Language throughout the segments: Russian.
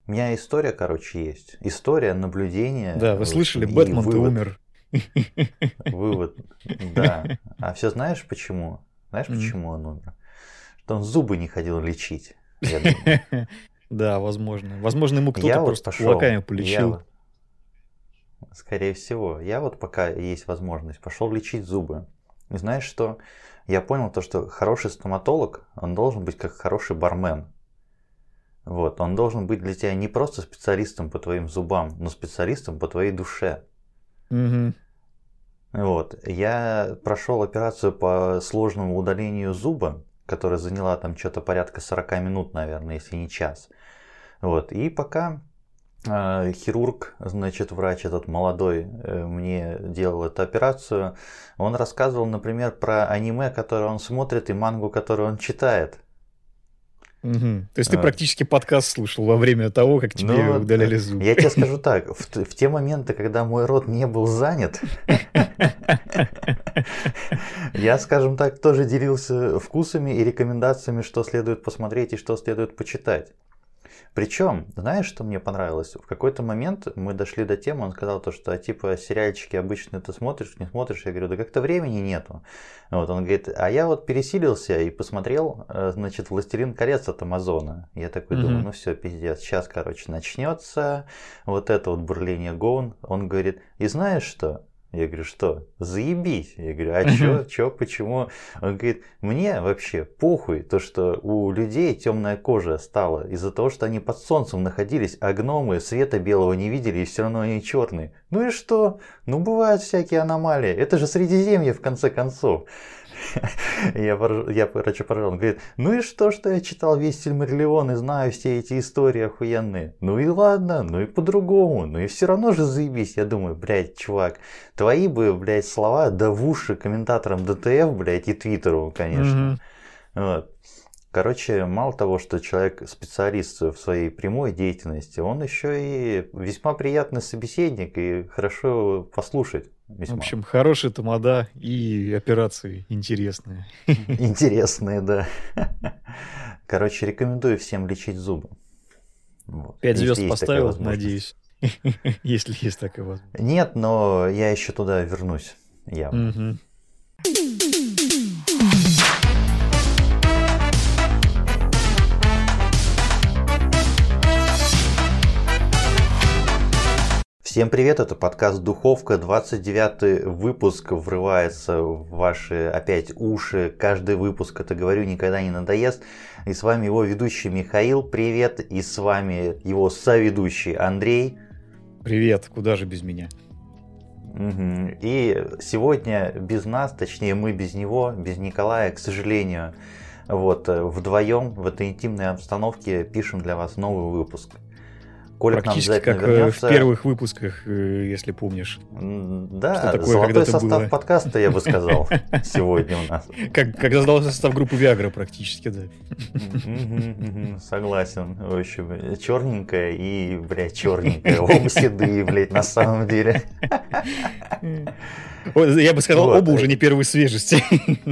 У меня история, короче, есть. История, наблюдение. Да, вы слышали, Бэтмен-то умер. Вывод, да. А все знаешь почему? Знаешь, почему он умер? Что он зубы не ходил лечить, я думаю. Да, возможно. Возможно, ему кто-то просто кулаками полечил. Скорее всего. Я вот пока есть возможность, пошел лечить зубы. И знаешь что? Я понял то, что хороший стоматолог, он должен быть как хороший бармен. Вот, он должен быть для тебя не просто специалистом по твоим зубам, но специалистом по твоей душе. Угу. Вот, я прошел операцию по сложному удалению зуба, которая заняла там что-то порядка 40 минут, наверное, если не час. Вот, и пока хирург, значит, врач этот молодой мне делал эту операцию, он рассказывал, например, про аниме, которое он смотрит, и мангу, которую он читает. Угу. То есть ты практически подкаст слушал во время того, как тебе удаляли зубы. Я тебе скажу так, в те моменты, когда мой рот не был занят, я, скажем так, тоже делился вкусами и рекомендациями, что следует посмотреть и что следует почитать. Причем, знаешь, что мне понравилось? В какой-то момент мы дошли до темы, он сказал то, что типа сериальчики обычно ты смотришь, не смотришь. Я говорю, да как-то времени нету. Вот, он говорит, а я вот пересилился и посмотрел, значит, «Властелин колец» от Амазона. Я такой думаю, ну все, пиздец, сейчас, короче, начнется вот это вот бурление Гоун. Он говорит, и знаешь что? Я говорю, что? Заебись. Я говорю, а чё, почему? Он говорит, мне вообще похуй то, что у людей темная кожа стала из-за того, что они под солнцем находились, а гномы света белого не видели и все равно они черные. Ну и что? Ну бывают всякие аномалии. Это же Средиземье в конце концов. Я, короче, поржал. Он говорит, ну и что я читал весь Сильмариллион и знаю все эти истории охуенные. Ну и ладно, ну и по-другому. Ну и все равно же заебись. Я думаю, блядь, чувак, твои бы, блядь, слова да в уши комментаторам ДТФ, блядь, и Твиттеру, конечно. Вот. Короче, мало того, что человек специалист в своей прямой деятельности, он еще и весьма приятный собеседник и хорошо послушать. Весьма. В общем, хорошие тамада и операции интересные. Интересные, да. Короче, рекомендую всем лечить зубы. 5 звезд поставил, надеюсь. Если есть такая возможность. Нет, но я еще туда вернусь. Явно. Всем привет, это подкаст «Духовка», 29-й выпуск врывается в ваши опять уши. Каждый выпуск, это говорю, никогда не надоест. И с вами его ведущий Михаил, привет. И с вами его соведущий Андрей. Привет, куда же без меня? И сегодня без нас, точнее мы без него, без Николая, к сожалению, вот вдвоем в этой интимной обстановке пишем для вас новый выпуск. Коля практически как вернется... в первых выпусках, если помнишь. Да, что такое, золотой состав было. Подкаста, я бы сказал, сегодня у нас. Как создался состав группы Viagra практически, да. Согласен. В общем, черненькая и, блядь, черненькая. Оба седые, блядь, на самом деле. Я бы сказал, оба уже не первой свежести.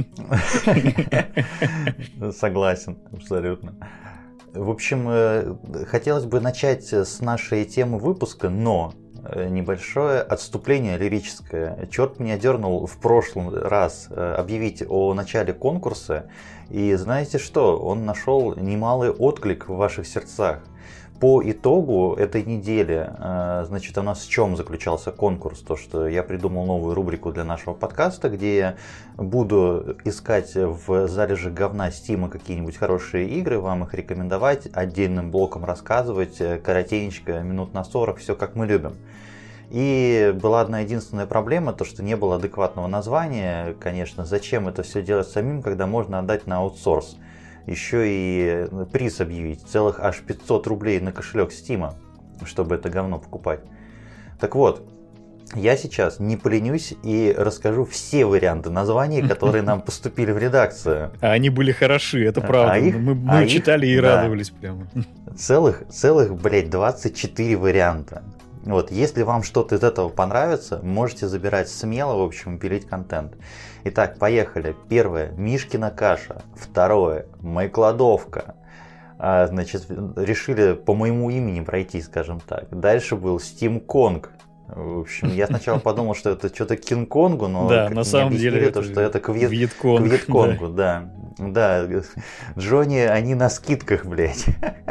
Согласен, абсолютно. В общем, хотелось бы начать с нашей темы выпуска, но небольшое отступление лирическое. Черт меня дернул в прошлый раз объявить о начале конкурса. И знаете что? Он нашел немалый отклик в ваших сердцах. По итогу этой недели, значит, у нас в чем заключался конкурс? То, что я придумал новую рубрику для нашего подкаста, где я буду искать в залежи говна Стима какие-нибудь хорошие игры, вам их рекомендовать, отдельным блоком рассказывать, коротенечко, минут на 40, все как мы любим. И была одна единственная проблема, то что не было адекватного названия, конечно, зачем это все делать самим, когда можно отдать на аутсорс. Еще и приз объявить, целых аж 500 рублей на кошелек Стима, чтобы это говно покупать. Так вот, я сейчас не поленюсь и расскажу все варианты названий, которые нам поступили в редакцию. А они были хороши, это правда. Мы читали и радовались прямо. Целых, блядь, 24 варианта. Вот, если вам что-то из этого понравится, можете забирать смело, в общем, пилить контент. Итак, поехали. Первое. Мишкина каша. Второе. Моя кладовка. Значит, решили по моему имени пройти, скажем так. Дальше был Steam Kong. В общем, я сначала подумал, что это что-то к Кинг-Конгу, но да, на самом деле это, что это к Вьетконгу, да. Да, Джонни, они на скидках, блядь.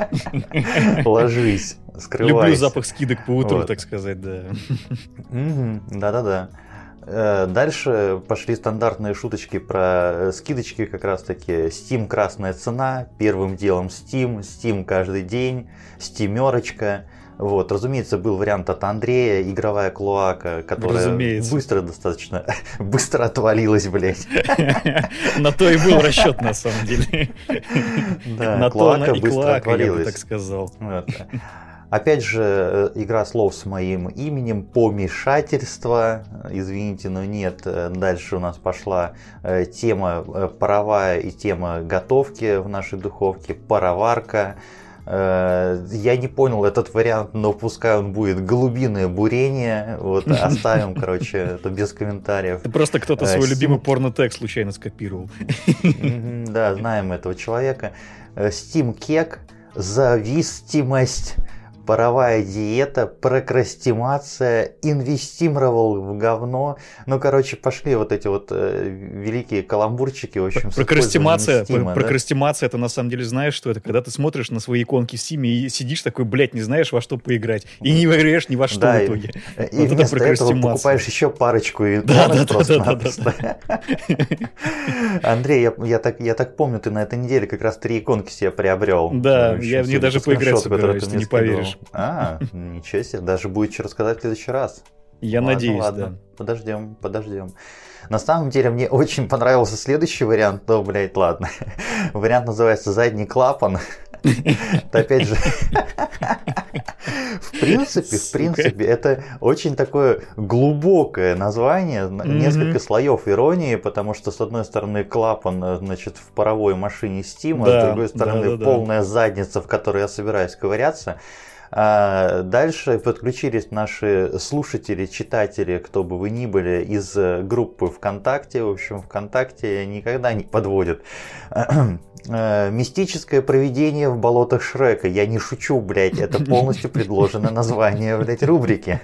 Ложись, скрывайся. Люблю запах скидок по утру, так сказать, да. Да-да-да. Дальше пошли стандартные шуточки про скидочки, как раз таки. Steam красная цена, первым делом Steam каждый день, Стимерочка. Вот, разумеется, был вариант от Андрея, игровая клоака, которая достаточно быстро отвалилась, блядь. На то и был расчет, на самом деле. Да, клоака быстро отвалилась. Я бы так сказал. Опять же, игра слов с моим именем, помешательство, извините, но нет. Дальше у нас пошла тема паровая и тема готовки в нашей духовке, пароварка. Я не понял этот вариант, но пускай он будет голубиное бурение. Вот, оставим, короче, это без комментариев. Это просто кто-то свой любимый порнотекст случайно скопировал. Да, знаем этого человека. Steam Кек, зависимость, паровая диета, прокрастинация, инвестировал в говно. Ну, короче, пошли вот эти вот великие каламбурчики. В общем, прокрастинация, это на самом деле, знаешь, что это? Когда ты смотришь на свои иконки в Steam и сидишь такой, блядь, не знаешь, во что поиграть. И не играешь ни во что в итоге. И вот вместо этого покупаешь еще парочку иконок просто-напросто. Андрей, я так помню, ты на этой неделе как раз 3 иконки себе приобрел. Да, я в ней даже поиграть собираюсь, ты не поверишь. Ничего себе, даже будет что рассказать в следующий раз. Я надеюсь, ладно. Да. Подождем. На самом деле мне очень понравился следующий вариант, но, блядь, ладно. Вариант называется «Задний клапан». Это опять же... В принципе, это очень такое глубокое название, несколько слоев иронии, потому что, с одной стороны, клапан, значит, в паровой машине Steam, а с другой стороны, полная задница, в которой я собираюсь ковыряться. А дальше подключились наши слушатели, читатели, кто бы вы ни были, из группы ВКонтакте. В общем, ВКонтакте никогда не подводят. Мистическое провидение в болотах Шрека. Я не шучу, блядь, это полностью предложенное название, блядь, рубрики.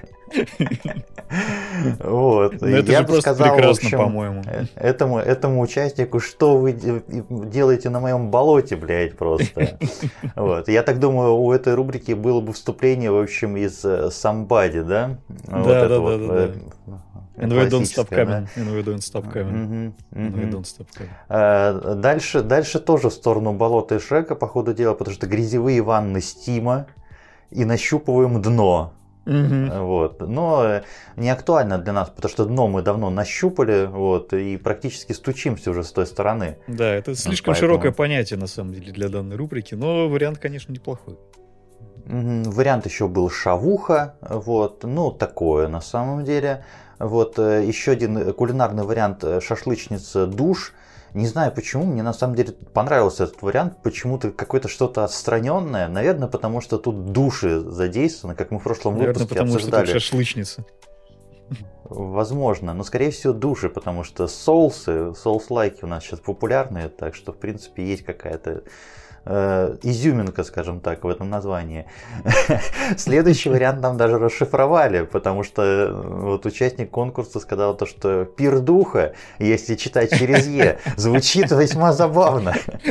Вот. Я бы сказал, прекрасно, по-моему. Этому участнику, что вы делаете на моем болоте, блядь, просто. Вот. Я так думаю, у этой рубрики было бы вступление, в общем, из Somebody, да? Да. And we don't stop coming. And we don't stop coming. And we don't stop coming. Дальше тоже в сторону болота и Шрека, по ходу дела, потому что грязевые ванны Стима и нащупываем дно. Вот. Но не актуально для нас, потому что дно мы давно нащупали, вот, и практически стучимся уже с той стороны. Да, это слишком широкое понятие, на самом деле, для данной рубрики, но вариант, конечно, неплохой. Вариант еще был шавуха, вот, ну, такое на самом деле. Вот, еще один кулинарный вариант шашлычница душ. Не знаю почему, мне на самом деле понравился этот вариант, почему-то какое-то что-то отстраненное. Наверное, потому что тут души задействованы, как мы в прошлом выпуске обсуждали. Наверное, потому что тут шашлычница. Возможно, но скорее всего души, потому что соус-лайки у нас сейчас популярные, так что в принципе есть какая-то изюминка, скажем так, в этом названии. Следующий вариант нам даже расшифровали, потому что вот участник конкурса сказал то, что пир духа, если читать через «е», звучит весьма забавно.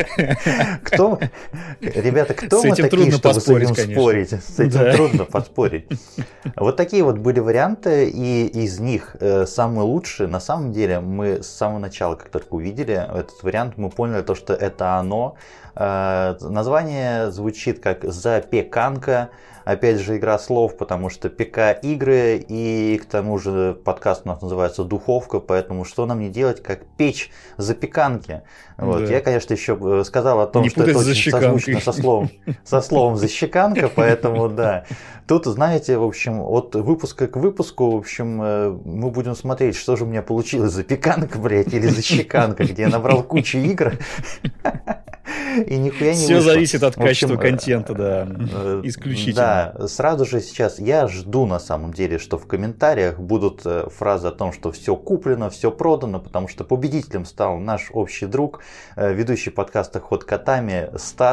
Ребята, кто мы такие, чтобы с этим спорить? С этим трудно поспорить. Вот такие вот были варианты, и из них самый лучший, на самом деле, мы с самого начала, как только увидели этот вариант, мы поняли то, что это оно. Название звучит как «Запеканка». Опять же, игра слов, потому что ПК-игры, и к тому же подкаст у нас называется «Духовка», поэтому что нам не делать, как печь запеканки. Вот. Да. Я, конечно, еще сказал о том, не что это очень созвучно со словом «защеканка», поэтому да. Тут, знаете, в общем, от выпуска к выпуску, в общем, мы будем смотреть, что же у меня получилось, запеканка, блядь, или защеканка, где я набрал кучу игр. И нихуя не все зависит от качества контента, да, исключительно. Да, сразу же сейчас я жду на самом деле, что в комментариях будут фразы о том, что все куплено, все продано, потому что победителем стал наш общий друг, ведущий подкаста «Ход котами» Стас.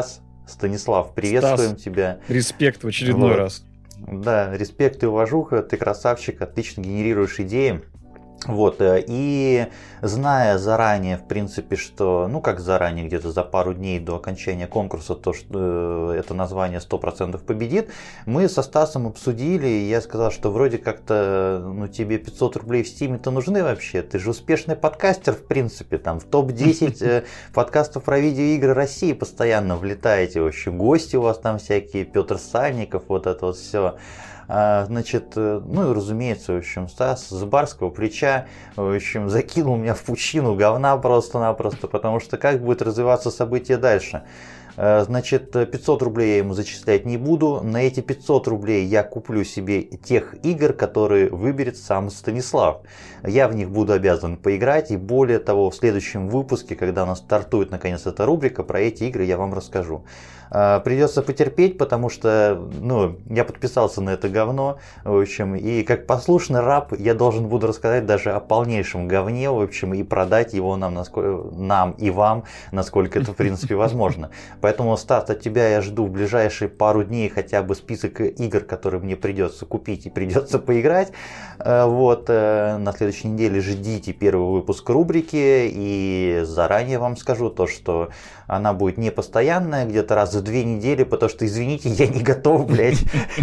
Станислав, приветствуем Стас, тебя. Респект в очередной раз. Да, респект и уважуха, ты красавчик, отлично генерируешь идеи. Вот, и зная заранее, в принципе, что, ну как заранее, где-то за пару дней до окончания конкурса, то, что это название 100% победит, мы со Стасом обсудили, и я сказал, что вроде как-то, ну тебе 500 рублей в Стиме-то нужны вообще, ты же успешный подкастер, в принципе, там в топ-10 подкастов про видеоигры России постоянно влетаете, в общем, гости у вас там всякие, Петр Сальников, вот это вот все. Значит, ну и разумеется, в общем, Стас с барского плеча, в общем, закинул меня в пучину говна просто-напросто, потому что как будет развиваться событие дальше? Значит, 500 рублей я ему зачислять не буду. На эти 500 рублей я куплю себе тех игр, которые выберет сам Станислав. Я в них буду обязан поиграть. И более того, в следующем выпуске, когда у нас стартует наконец эта рубрика, про эти игры я вам расскажу. Придется потерпеть, потому что, ну, я подписался на это говно, в общем, и как послушный раб я должен буду рассказать даже о полнейшем говне, в общем, и продать его нам и вам, насколько это в принципе возможно. Поэтому, Стас, от тебя я жду в ближайшие пару дней хотя бы список игр, которые мне придется купить и придется поиграть. Вот, на следующей неделе ждите первый выпуск рубрики, и заранее вам скажу то, что она будет не постоянная, где-то раз в 2 недели, потому что, извините, я не готов, блядь,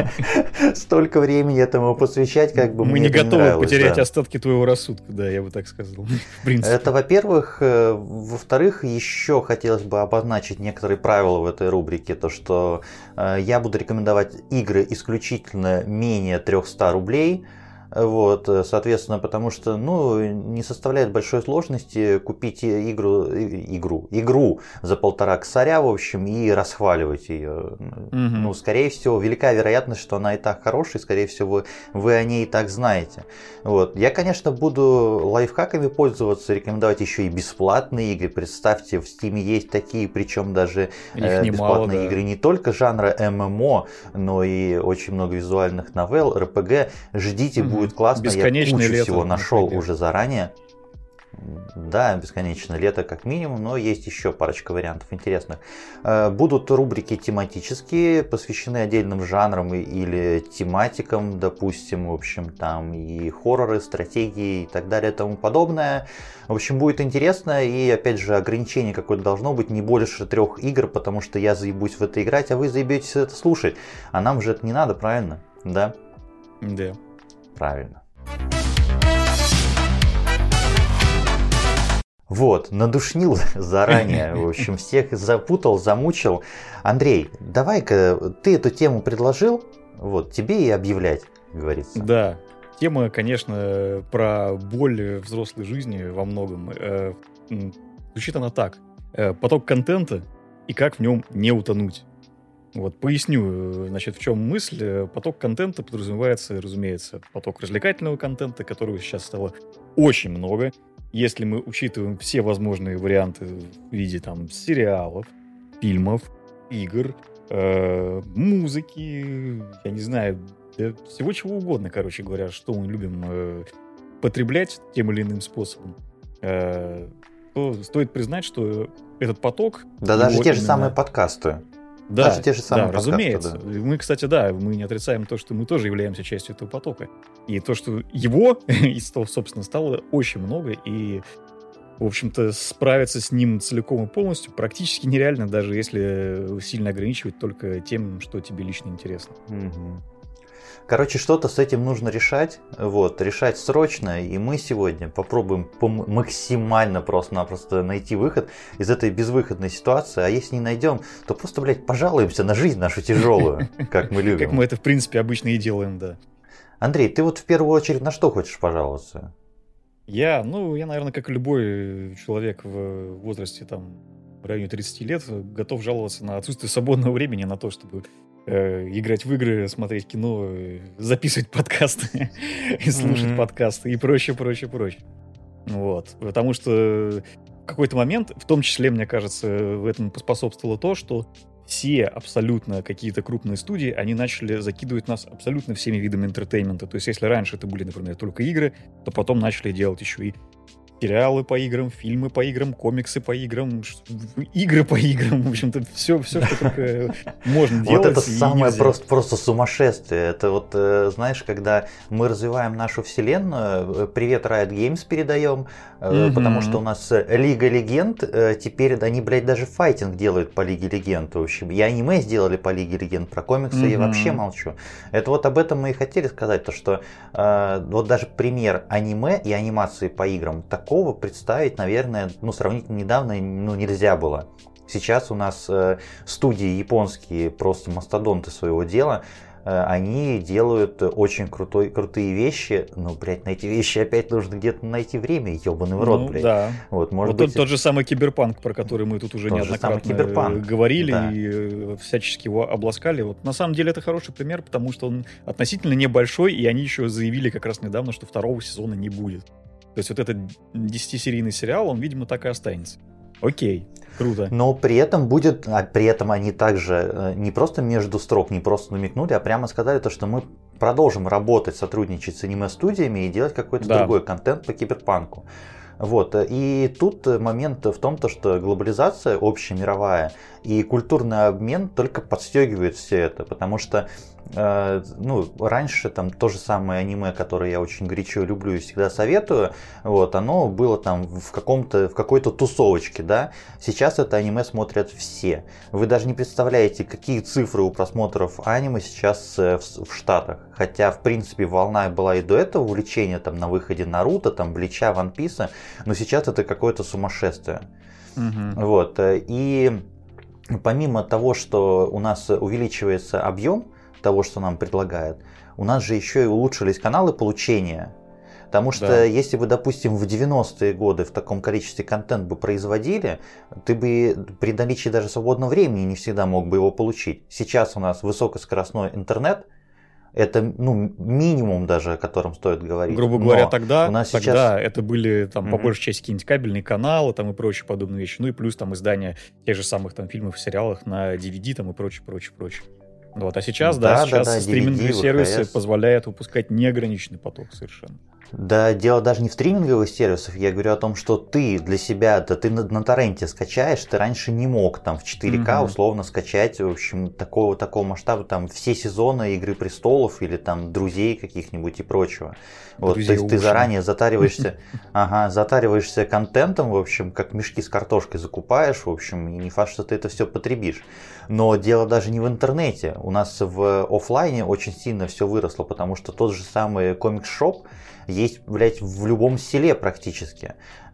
столько времени этому посвящать, как бы мы мне не готовы нравилось, потерять да. Остатки твоего рассудка, да, я бы так сказал. В принципе. Это, во-первых. Во-вторых, еще хотелось бы обозначить некоторые правила в этой рубрике, то что я буду рекомендовать игры исключительно менее 300 рублей. Вот, соответственно, потому что, ну, не составляет большой сложности купить игру за 1,5 косаря, в общем, и расхваливать ее. Ну, скорее всего, велика вероятность, что она и так хорошая, и, скорее всего, вы о ней и так знаете. Вот. Я, конечно, буду лайфхаками пользоваться, рекомендовать еще и бесплатные игры. Представьте, в Steam есть такие, причем даже бесплатные игры не только жанра ММО, но и очень много визуальных новелл, РПГ. Ждите, будет классно, я кучу всего нашел уже заранее. Да, бесконечное лето как минимум, но есть еще парочка вариантов интересных. Будут рубрики тематические, посвящены отдельным жанрам или тематикам, допустим, в общем, там и хорроры, стратегии и так далее и тому подобное. В общем, будет интересно, и опять же, ограничение какое-то должно быть, не больше 3 игр, потому что я заебусь в это играть, а вы заебетесь это слушать. А нам же это не надо, правильно? Да? Да. Правильно. Вот, надушнил заранее, в общем, всех запутал, замучил. Андрей, давай-ка ты эту тему предложил, вот, тебе и объявлять, как говорится. Да, тема, конечно, про боль взрослой жизни во многом. Звучит она так. Поток контента и как в нем не утонуть. Вот, поясню, значит, в чем мысль. Поток контента подразумевается, разумеется, поток развлекательного контента, которого сейчас стало очень много. Если мы учитываем все возможные варианты в виде там сериалов, фильмов, игр, музыки, я не знаю, всего чего угодно, короче говоря, что мы любим потреблять тем или иным способом, то стоит признать, что этот поток... Да даже те же самые подкасты. Да, даже те же самые подкасты, разумеется. Да. Мы, кстати, да, мы не отрицаем то, что мы тоже являемся частью этого потока. И то, что его, собственно, стало очень много, и, в общем-то, справиться с ним целиком и полностью практически нереально, даже если сильно ограничивать только тем, что тебе лично интересно. Угу. Короче, что-то с этим нужно решать, вот, решать срочно, и мы сегодня попробуем максимально просто-напросто найти выход из этой безвыходной ситуации, а если не найдем, то просто, блядь, пожалуемся на жизнь нашу тяжелую, как мы любим. Как мы это, в принципе, обычно и делаем, да. Андрей, ты вот в первую очередь на что хочешь пожаловаться? Я, наверное, как и любой человек в возрасте, там, в районе 30 лет, готов жаловаться на отсутствие свободного времени, на то, чтобы играть в игры, смотреть кино, записывать подкасты и слушать подкасты и прочее. Вот. Потому что в какой-то момент, в том числе, мне кажется, в этом поспособствовало то, что все абсолютно какие-то крупные студии, они начали закидывать нас абсолютно всеми видами интертеймента. То есть, если раньше это были, например, только игры, то потом начали делать еще и сериалы по играм, фильмы по играм, комиксы по играм, игры по играм, в общем-то, все, что только можно делать. Вот это самое просто сумасшествие. Это вот, знаешь, когда мы развиваем нашу вселенную, привет Riot Games передаем, потому что у нас Лига Легенд, теперь они, блядь, даже файтинг делают по Лиге Легенд. В общем, и аниме сделали по Лиге Легенд, про комиксы я вообще молчу. Это вот об этом мы и хотели сказать, то что вот даже пример аниме и анимации по играм, такого представить, наверное, сравнительно недавно нельзя было. Сейчас у нас студии японские, просто мастодонты своего дела, они делают очень крутые вещи, но, блядь, на эти вещи опять нужно где-то найти время, ебаный в рот, блядь. Да. Вот, может быть... быть, тот же самый Киберпанк, про который мы тут уже неоднократно говорили, да, и всячески его обласкали. Вот на самом деле это хороший пример, потому что он относительно небольшой, и они еще заявили как раз недавно, что второго сезона не будет. То есть вот этот 10-серийный сериал, он, видимо, так и останется. Окей, круто. Но при этом они также не просто между строк, не просто намекнули, а прямо сказали то, что мы продолжим работать, сотрудничать с аниме-студиями и делать какой-то другой контент по Киберпанку. Вот. И тут момент в том, что глобализация общемировая и культурный обмен только подстегивает все это, потому что раньше там то же самое аниме, которое я очень горячо люблю и всегда советую, вот, оно было там в какой-то тусовочке, да. Сейчас это аниме смотрят все. Вы даже не представляете, какие цифры у просмотров аниме сейчас в Штатах. Хотя, в принципе, волна была и до этого увлечения там на выходе Наруто, там Блича, Ван Писа, но сейчас это какое-то сумасшествие. Вот. И помимо того, что у нас увеличивается объем того, что нам предлагают, у нас же еще и улучшились каналы получения. Потому что если бы, допустим, в 90-е годы в таком количестве контент бы производили, ты бы при наличии даже свободного времени не всегда мог бы его получить. Сейчас у нас высокоскоростной интернет, это минимум даже, о котором стоит говорить. Грубо говоря, тогда сейчас... это были там по большей части какие-нибудь кабельные каналы там, и прочие подобные вещи. Ну и плюс там издания тех же самых там фильмов, сериалов на DVD там, и прочее. Вот, а сейчас, сейчас стриминговые сервисы позволяют выпускать неограниченный поток совершенно. Да, дело даже не в стриминговых сервисах, я говорю о том, что ты для себя, ты на торренте скачаешь, ты раньше не мог там в 4К условно скачать, в общем, такого масштаба, там все сезоны Игры Престолов или там Друзей каких-нибудь и прочего. Вот, то есть ты заранее затариваешься контентом, в общем, как мешки с картошкой закупаешь, в общем, и не факт, что ты это все потребишь. Но дело даже не в интернете. У нас в офлайне очень сильно все выросло, потому что тот же самый комикс-шоп есть, блядь, в любом селе практически.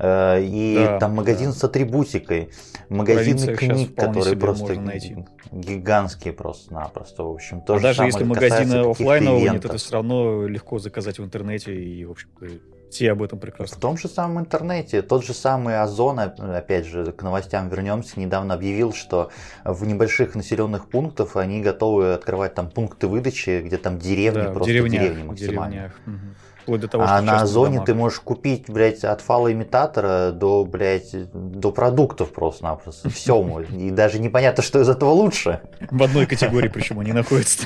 И там магазин с атрибутикой, магазины книг, которые просто гигантские просто-напросто. В общем, то же даже самое если магазина офлайнового нет, это все равно легко заказать в интернете, и, в общем-то, все об этом прекрасно. В том же самом интернете, тот же самый Озон, опять же, к новостям вернемся, недавно объявил, что в небольших населенных пунктах они готовы открывать там пункты выдачи, где там деревни, просто деревни максимально. До того, а на Озоне ты можешь купить, блядь, от фалоимитатора до продуктов просто-напросто. Все, и даже непонятно, что из этого лучше. В одной категории, причем они находятся.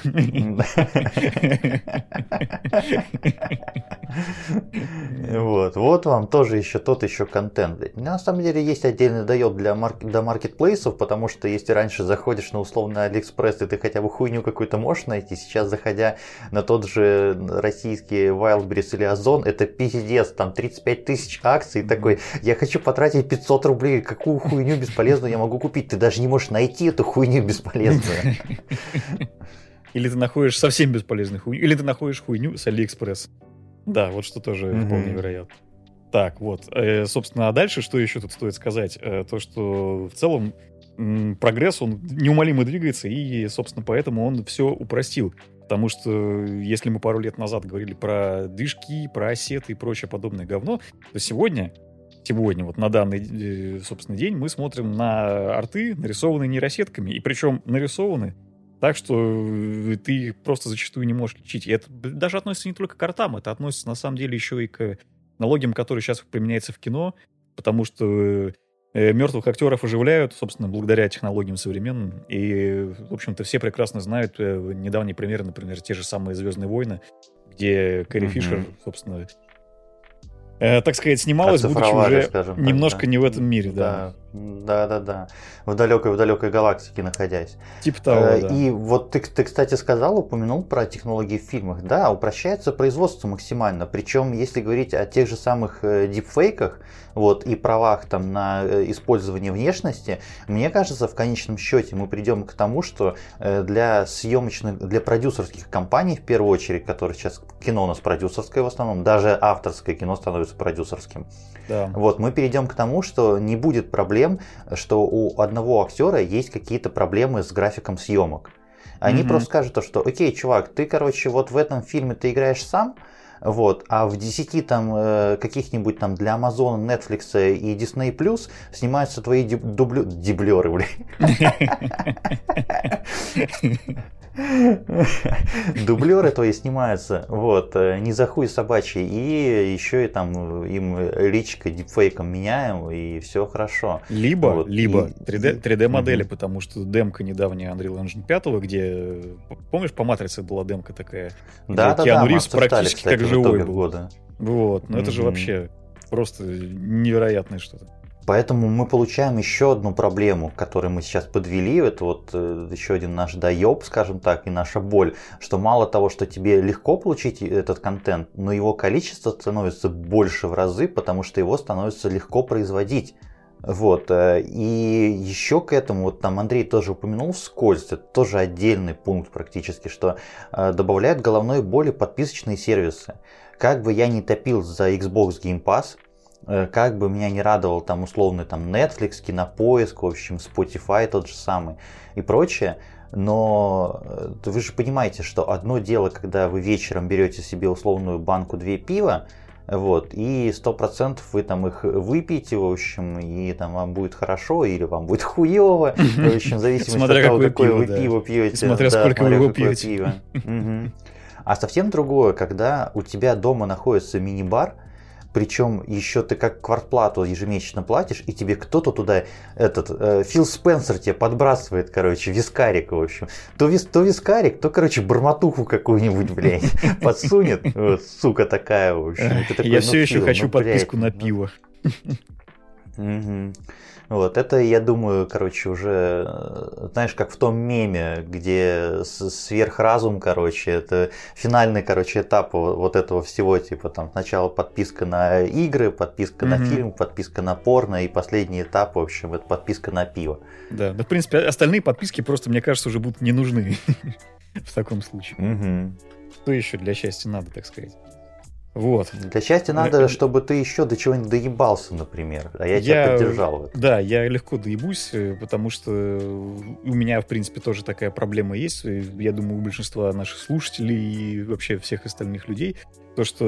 Вот вам тоже тот еще контент. На самом деле есть отдельный доеб для маркетплейсов, потому что если раньше заходишь на условно Алиэкспресс, и ты хотя бы хуйню какую-то можешь найти, сейчас заходя на тот же российский Wildberries или Озон, это пиздец, там 35 тысяч акций, такой, я хочу потратить 500 рублей, какую хуйню бесполезную я могу купить, ты даже не можешь найти эту хуйню бесполезную. Или ты находишь совсем бесполезную хуйню, или ты находишь хуйню с Алиэкспресс. Да, вот что тоже вполне вероятно. Так, вот, собственно, а дальше что еще тут стоит сказать? То, что в целом прогресс, он неумолимо двигается, и, собственно, поэтому он все упростил. Потому что если мы пару лет назад говорили про движки, про ассеты и прочее подобное говно, то сегодня, вот на данный, собственно, день мы смотрим на арты, нарисованные нейросетками, и причем нарисованы так, что ты их просто зачастую не можешь лечить. И это даже относится не только к артам, это относится на самом деле еще и к технологиям, которые сейчас применяются в кино, потому что мертвых актеров оживляют, собственно, благодаря технологиям современным. И, в общем-то, все прекрасно знают недавние примеры, например, те же самые «Звездные войны», где Кэрри Фишер, собственно, так сказать, снималось, будучи уже скажем немножко так, да. не в этом мире, да. Да. В далекой галактике находясь. Типа того, да. И вот ты, кстати, упомянул про технологии в фильмах. Да, упрощается производство максимально. Причем, если говорить о тех же самых дипфейках, вот, и правах там на использование внешности, мне кажется, в конечном счете мы придем к тому, что для продюсерских компаний, в первую очередь, которые сейчас кино у нас продюсерское в основном, даже авторское кино становится продюсерским. Да. Вот, мы перейдем к тому, что не будет проблем, что у одного актера есть какие-то проблемы с графиком съемок. Они просто скажут, что окей, чувак, ты, короче, вот в этом фильме ты играешь сам, вот, а в 10 там каких-нибудь там для Amazon, Netflix и Disney Plus снимаются твои дублеры, блин. Дублеры твои снимаются, вот, не за хуй собачий, и еще и там им личико дипфейком меняем, и все хорошо. Либо 3D модели, потому что демка недавняя Unreal Engine 5, где, помнишь, по Матрице была демка такая, да, Киану Ривз практически кстати, как живой был. Года. Вот, но это же вообще просто невероятное что-то. Поэтому мы получаем еще одну проблему, которую мы сейчас подвели. Это вот еще один наш доеб, скажем так, и наша боль. Что мало того, что тебе легко получить этот контент, но его количество становится больше в разы, потому что его становится легко производить. Вот. И еще к этому, вот там Андрей тоже упомянул вскользь, это тоже отдельный пункт практически, что добавляют головной боли подписочные сервисы. Как бы я ни топил за Xbox Game Pass, как бы меня не радовал там условный там Netflix, Кинопоиск, в общем, Spotify тот же самый и прочее, но вы же понимаете, что одно дело, когда вы вечером берете себе условную банку 2 пива, вот, и 100% вы там их выпьете, в общем, и там вам будет хорошо или вам будет хуево, в общем, в зависимости от того, какое вы пиво пьете. Смотря сколько вы его пьете. А совсем другое, когда у тебя дома находится мини-бар, причем еще ты как квартплату ежемесячно платишь, и тебе кто-то туда, Фил Спенсер тебе подбрасывает, короче, вискарик, в общем. То вискарик, то, короче, бормотуху какую-нибудь, блядь, подсунет. Вот, сука такая, в общем. Я все еще хочу подписку на пиво. Вот, это, я думаю, короче, уже, знаешь, как в том меме, где сверхразум, короче, это финальный, короче, этап вот этого всего, типа, там, сначала подписка на игры, подписка на фильм, подписка на порно, и последний этап, в общем, это подписка на пиво. Да, в принципе, остальные подписки просто, мне кажется, уже будут не нужны в таком случае. Что еще для счастья надо, так сказать? Вот. Для счастья надо, чтобы ты еще до чего-нибудь доебался, например. А я тебя поддержал. Да, я легко доебусь, потому что у меня, в принципе, тоже такая проблема есть. Я думаю, у большинства наших слушателей и вообще всех остальных людей. То, что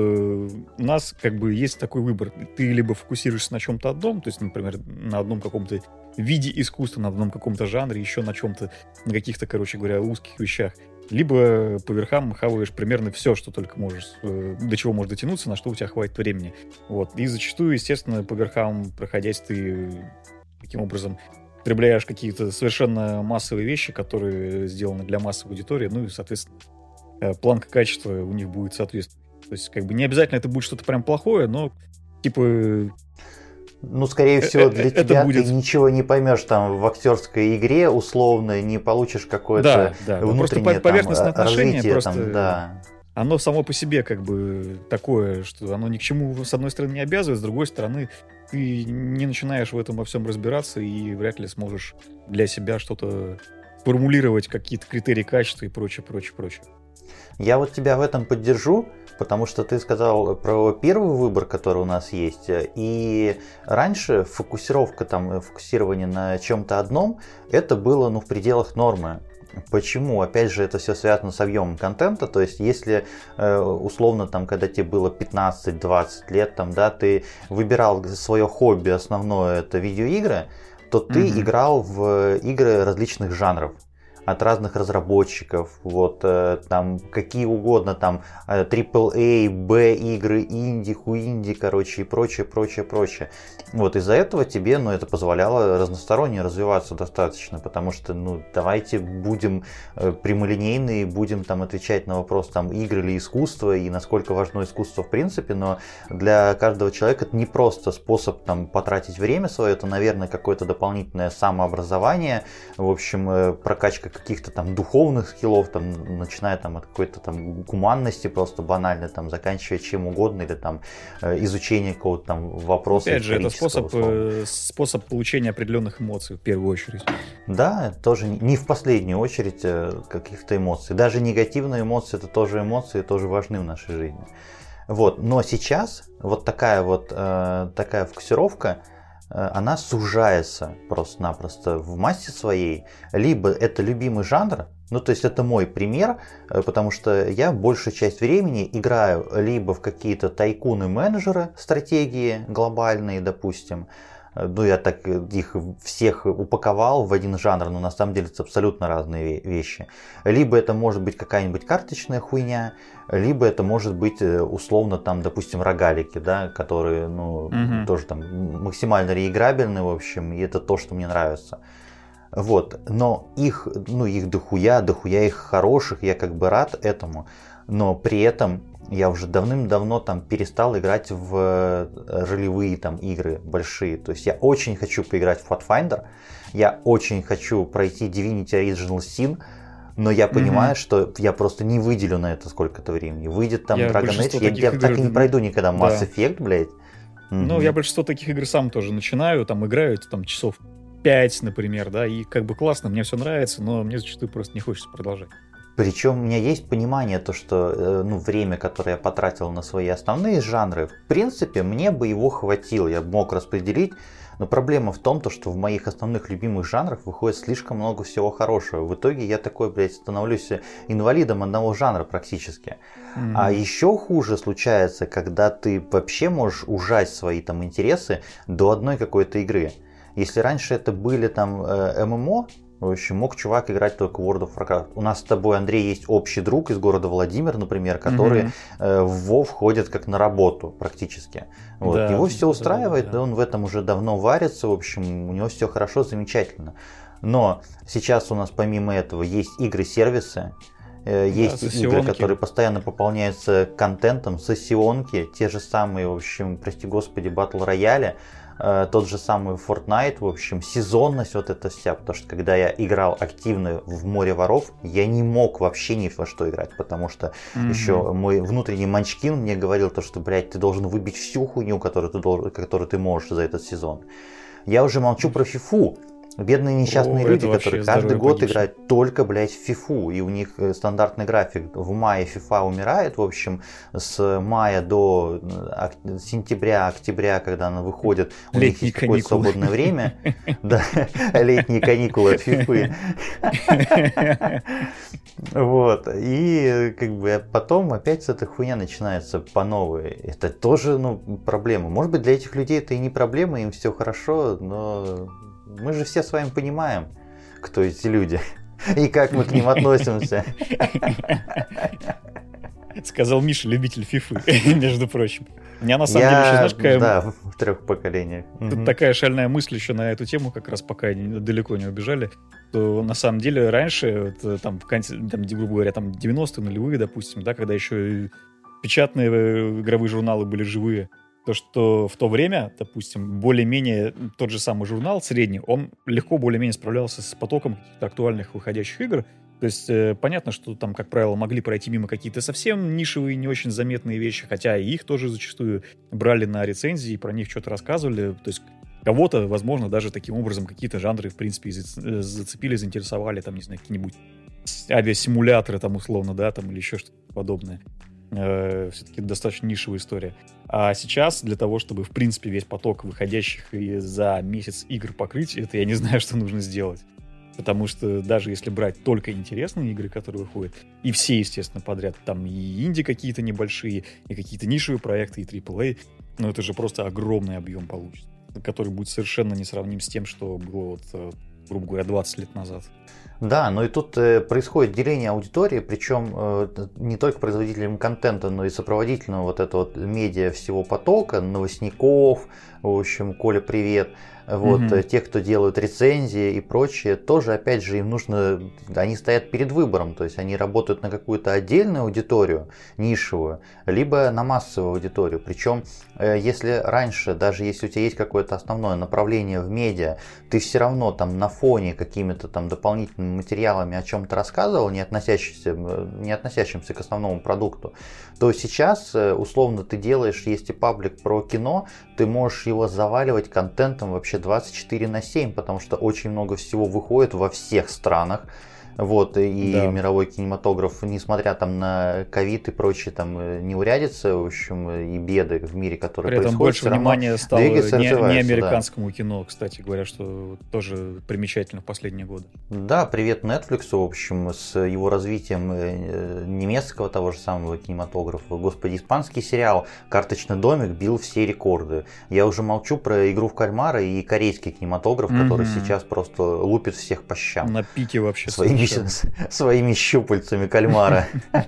у нас как бы есть такой выбор. Ты либо фокусируешься на чем-то одном, то есть, например, на одном каком-то виде искусства, на одном каком-то жанре, еще на чем-то, на каких-то, короче говоря, узких вещах. Либо по верхам хаваешь примерно все, что только можешь, до чего можешь дотянуться, на что у тебя хватит времени. Вот. И зачастую, естественно, по верхам проходясь, ты таким образом потребляешь какие-то совершенно массовые вещи, которые сделаны для массовой аудитории, ну и, соответственно, планка качества у них будет соответствовать. То есть, как бы не обязательно это будет что-то прям плохое, но типа... Ну, скорее всего, для тебя будет... ты ничего не поймешь там в актерской игре, условно, не получишь какое-то внутреннее поверхностное отношение, развитие. Просто там, да. Оно само по себе как бы такое, что оно ни к чему, с одной стороны, не обязывает, с другой стороны, ты не начинаешь в этом во всем разбираться и вряд ли сможешь для себя что-то формулировать, какие-то критерии качества и прочее, прочее, прочее. Я вот тебя в этом поддержу, потому что ты сказал про первый выбор, который у нас есть, и раньше фокусирование на чем-то одном, это было в пределах нормы. Почему? Опять же, это все связано с объемом контента, то есть если условно там, когда тебе было 15-20 лет, там, да, ты выбирал свое хобби основное, это видеоигры, то ты играл в игры различных жанров. от разных разработчиков, вот, там, какие угодно, там, AAA, B-игры, инди, хуинди, короче, и прочее, прочее, прочее. Вот, из-за этого тебе, ну, это позволяло разносторонне развиваться достаточно, потому что, ну, давайте будем прямолинейные, будем там отвечать на вопрос, там, игры или искусство, и насколько важно искусство в принципе, но для каждого человека это не просто способ, там, потратить время свое, это, наверное, какое-то дополнительное самообразование, в общем, прокачка каких-то там духовных скиллов, там, начиная там от какой-то там гуманности просто банально, там, заканчивая чем угодно, или там изучение какого-то там вопроса. Опять же, это способ получения определенных эмоций в первую очередь. Да, тоже не в последнюю очередь каких-то эмоций. Даже негативные эмоции, это тоже эмоции, тоже важны в нашей жизни. Вот, но сейчас вот такая фокусировка, она сужается просто-напросто в массе своей. Либо это любимый жанр, ну то есть это мой пример, потому что я большую часть времени играю либо в какие-то тайкуны-менеджеры, стратегии глобальные, допустим, ну я так их всех упаковал в один жанр, но на самом деле это абсолютно разные вещи. Либо это может быть какая-нибудь карточная хуйня, либо это может быть условно там, допустим, рогалики, да, которые, ну, тоже там максимально реиграбельны, в общем, и это то, что мне нравится. Вот, но их дохуя их хороших, я как бы рад этому, но при этом я уже давным-давно там перестал играть в ролевые там игры большие. То есть я очень хочу поиграть в Pathfinder, я очень хочу пройти Divinity Original Sin, но я понимаю, что я просто не выделю на это сколько-то времени. Выйдет там Dragon Age, я так и не пройду никогда Mass Effect, блядь. Ну, я большинство таких игр сам тоже начинаю, там играю там часов 5, например, да, и как бы классно, мне все нравится, но мне зачастую просто не хочется продолжать. Причем у меня есть понимание, то, что время, которое я потратил на свои основные жанры, в принципе, мне бы его хватило, я мог распределить. Но проблема в том, что в моих основных любимых жанрах выходит слишком много всего хорошего. В итоге я такой, блядь, становлюсь инвалидом одного жанра практически. А еще хуже случается, когда ты вообще можешь ужать свои там интересы до одной какой-то игры. Если раньше это были там ММО, в общем, мог чувак играть только в World of Warcraft. У нас с тобой, Андрей, есть общий друг из города Владимир, например, который в WoW ходит как на работу практически. Вот. Да, его все устраивает, да. Он в этом уже давно варится, в общем, у него все хорошо, замечательно. Но сейчас у нас помимо этого есть игры-сервисы, есть игры, которые постоянно пополняются контентом, сессионки, те же самые, в общем, прости господи, Battle Royale, тот же самый Fortnite, в общем, сезонность вот эта вся, потому что когда я играл активно в Море воров, я не мог вообще ни во что играть, потому что еще мой внутренний манчкин мне говорил то, что, блядь, ты должен выбить всю хуйню, которую ты можешь за этот сезон. Я уже молчу про фифу. Бедные несчастные люди, которые каждый год играют только, блядь, в фифу, и у них стандартный график. В мае фифа умирает, в общем, с мая до сентября, октября, когда она выходит, у них есть какое-то свободное время. Да, летние каникулы от фифы. Вот, и как бы потом опять эта хуйня начинается по новой. Это тоже, проблема. Может быть, для этих людей это и не проблема, им все хорошо, но... Мы же все с вами понимаем, кто эти люди и как мы к ним относимся. Сказал Миша, любитель фифы, между прочим. У меня на самом деле еще, знаешь, какая... Да, в 3 поколениях. Тут такая шальная мысль еще на эту тему, как раз пока далеко не убежали, то на самом деле раньше, там, грубо говоря, там 90-е, нулевые, допустим, да, когда еще печатные игровые журналы были живые, то, что в то время, допустим, более-менее тот же самый журнал средний, он легко более-менее справлялся с потоком каких-то актуальных выходящих игр. То есть понятно, что там, как правило, могли пройти мимо какие-то совсем нишевые, не очень заметные вещи, хотя и их тоже зачастую брали на рецензии, про них что-то рассказывали. То есть кого-то, возможно, даже таким образом какие-то жанры, в принципе, зацепили, заинтересовали, там, не знаю, какие-нибудь авиасимуляторы, там, условно, да, там, или еще что-то подобное. Все-таки достаточно нишевая история. А сейчас для того, чтобы, в принципе, весь поток выходящих за месяц игр покрыть, это я не знаю, что нужно сделать. Потому что даже если брать только интересные игры, которые выходят, и все, естественно, подряд, там и инди какие-то небольшие, и какие-то нишевые проекты, и AAA, но это же просто огромный объем получится, который будет совершенно несравним с тем, что было, вот, грубо говоря, 20 лет назад. Да, но и тут происходит деление аудитории, причем не только производителям контента, но и сопроводительного вот этого вот медиа всего потока, новостников, в общем, Коля, привет. Вот, те, кто делают рецензии и прочее, тоже, опять же, им нужно, они стоят перед выбором, то есть они работают на какую-то отдельную аудиторию, нишевую, либо на массовую аудиторию. Причем, если раньше, даже если у тебя есть какое-то основное направление в медиа, ты все равно там на фоне какими-то там дополнительными материалами о чем-то рассказывал, не относящимся к основному продукту, то сейчас, условно, ты делаешь, если паблик про кино, ты можешь его заваливать контентом вообще 24/7, потому что очень много всего выходит во всех странах. Вот, и да. Мировой кинематограф, несмотря там на ковид и прочие там неурядицы, в общем, и беды в мире, которые происходят, больше внимания стало не американскому, да, кино, кстати говоря, что тоже примечательно в последние годы. Да, привет Netflix, в общем, с его развитием немецкого того же самого кинематографа. Господи, испанский сериал «Карточный домик» бил все рекорды. Я уже молчу про «Игру в кальмара» и корейский кинематограф, который сейчас просто лупит всех по щам. На пике вообще своими щупальцами кальмара.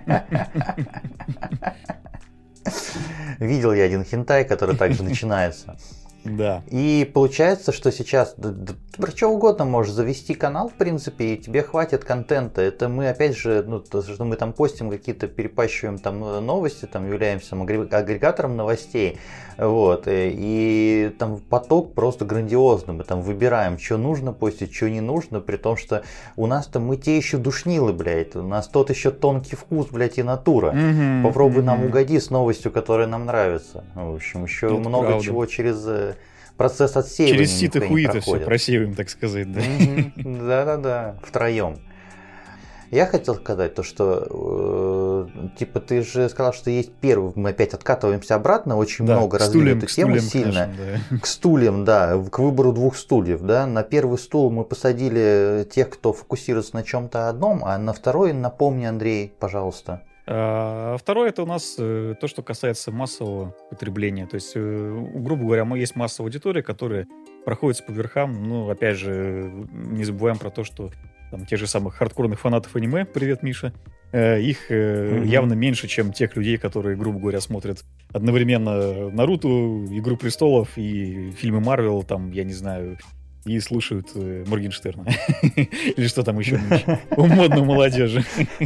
Видел я один хентай, который также начинается. Да. И получается, что сейчас ты про что угодно можешь завести канал, в принципе, и тебе хватит контента. Это мы, опять же, то, что мы там постим какие-то, перепащиваем там новости, там являемся агрегатором новостей. Вот, и там поток просто грандиозный. Мы там выбираем, что нужно постить, что не нужно, при том, что у нас-то мы те еще душнилы, блядь. У нас тот еще тонкий вкус, блядь, и натура. Попробуй нам угоди с новостью, которая нам нравится. В общем, еще это много правда. Чего через процесс отсеивания. Через сито-хуито все просеиваем, так сказать. Да? Да-да-да, втроем. Я хотел сказать то, что типа ты же сказал, что есть первый, мы опять откатываемся обратно, очень много развили эту тему сильно. Конечно, да. К стульям, да, к выбору двух стульев. Да. На первый стул мы посадили тех, кто фокусируется на чем-то одном, а на второй напомни, Андрей, пожалуйста. Второе, это у нас то, что касается массового потребления. То есть, грубо говоря, есть массовая аудитория, которая проходится по верхам. Ну, опять же, не забываем про то, что там те же самых хардкорных фанатов аниме, привет, Миша, их явно меньше, чем тех людей, которые, грубо говоря, смотрят одновременно Наруто, Игру престолов и фильмы Марвел, там, я не знаю, и слушают Моргенштерна. Или что там еще у модной молодежи.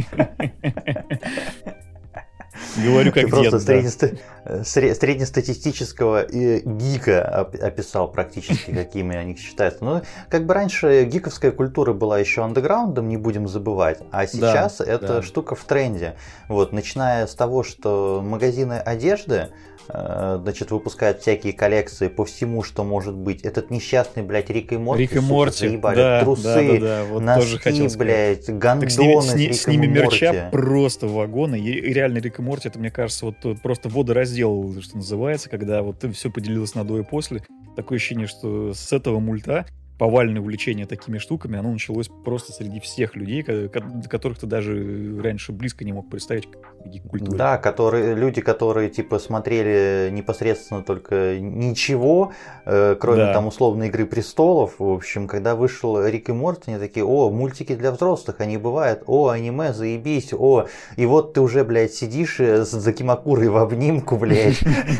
Говорю как ты дед. Просто среднестатистического гика описал практически, какими они считаются. Ну, как бы раньше гиковская культура была еще андеграундом, не будем забывать, а сейчас эта штука в тренде. Вот, начиная с того, что магазины одежды значит, выпускают всякие коллекции по всему, что может быть. Этот несчастный, блядь, Рик и Морти, заебали. Да, трусы, да. Вот носки, блядь, гандоны с ними мерча просто вагоны. И реально Рик и Морти, это, мне кажется, вот просто водораздел, что называется, когда вот все поделилось на до и после. Такое ощущение, что с этого мульта повальное увлечение такими штуками, оно началось просто среди всех людей, которых ты даже раньше близко не мог представить к культуре. Да, люди, которые типа смотрели непосредственно только ничего, кроме там условной «Игры престолов». В общем, когда вышел Рик и Морти, они такие: о, мультики для взрослых, они бывают, о, аниме, заебись, о. И вот ты уже, блядь, сидишь с Закимакурой в обнимку, блядь,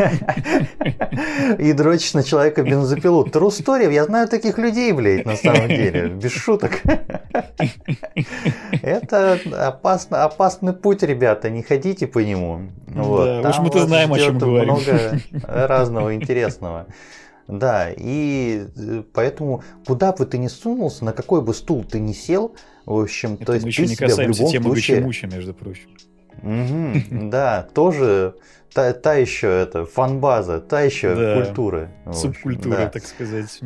и дрочишь на человека бензопилу. True story, я знаю таких людей, блядь, на самом деле, без шуток. Это опасный путь, ребята, не ходите по нему. Вот. Да, уж мы-то знаем, о чем говорим. Много разного интересного. Да, и поэтому куда бы ты ни сунулся, на какой бы стул ты ни сел, в общем, это то есть еще ты не себя в любом темы случае... Гачи-Мучи, между прочим. Да, тоже та еще фан-база, та еще культура. Субкультура, так сказать.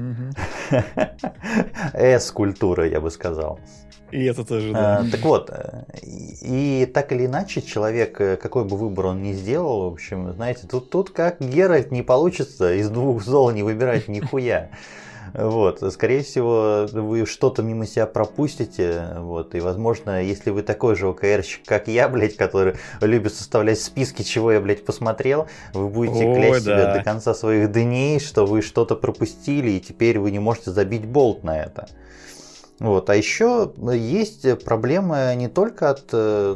С-культура, я бы сказал. И это тоже, да. Так вот, и так или иначе, человек, какой бы выбор он ни сделал, в общем, знаете, тут как Геральт, не получится из двух зол не выбирать нихуя. Вот, скорее всего, вы что-то мимо себя пропустите, вот, и, возможно, если вы такой же ОКРщик, как я, блядь, который любит составлять списки, чего я, блядь, посмотрел, вы будете клясть себя до конца своих дней, что вы что-то пропустили, и теперь вы не можете забить болт на это. Вот. А еще есть проблемы не только от...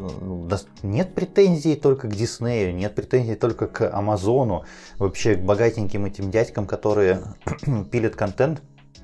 Нет претензий только к Диснею, нет претензий только к Амазону, вообще к богатеньким этим дядькам, которые пилят контент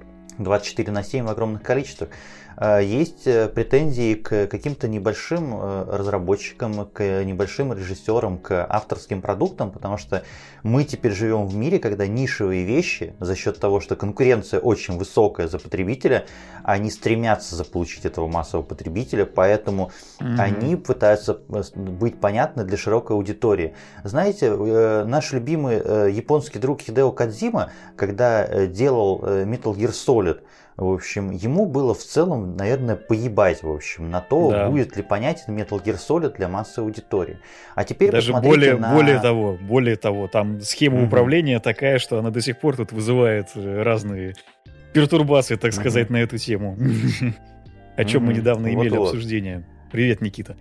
24/7 в огромных количествах. Есть претензии к каким-то небольшим разработчикам, к небольшим режиссерам, к авторским продуктам, потому что мы теперь живем в мире, когда нишевые вещи, за счет того, что конкуренция очень высокая за потребителя, они стремятся заполучить этого массового потребителя, поэтому они пытаются быть понятны для широкой аудитории. Знаете, наш любимый японский друг Хидео Кодзима, когда делал Metal Gear Solid, в общем, ему было в целом, наверное, поебать, в общем, на то, да, будет ли понятен Metal Gear Solid для массовой аудитории. А теперь даже более того, там схема управления такая, что она до сих пор тут вызывает разные пертурбации, так сказать, на эту тему. О чем мы недавно имели обсуждение. Привет, Никита.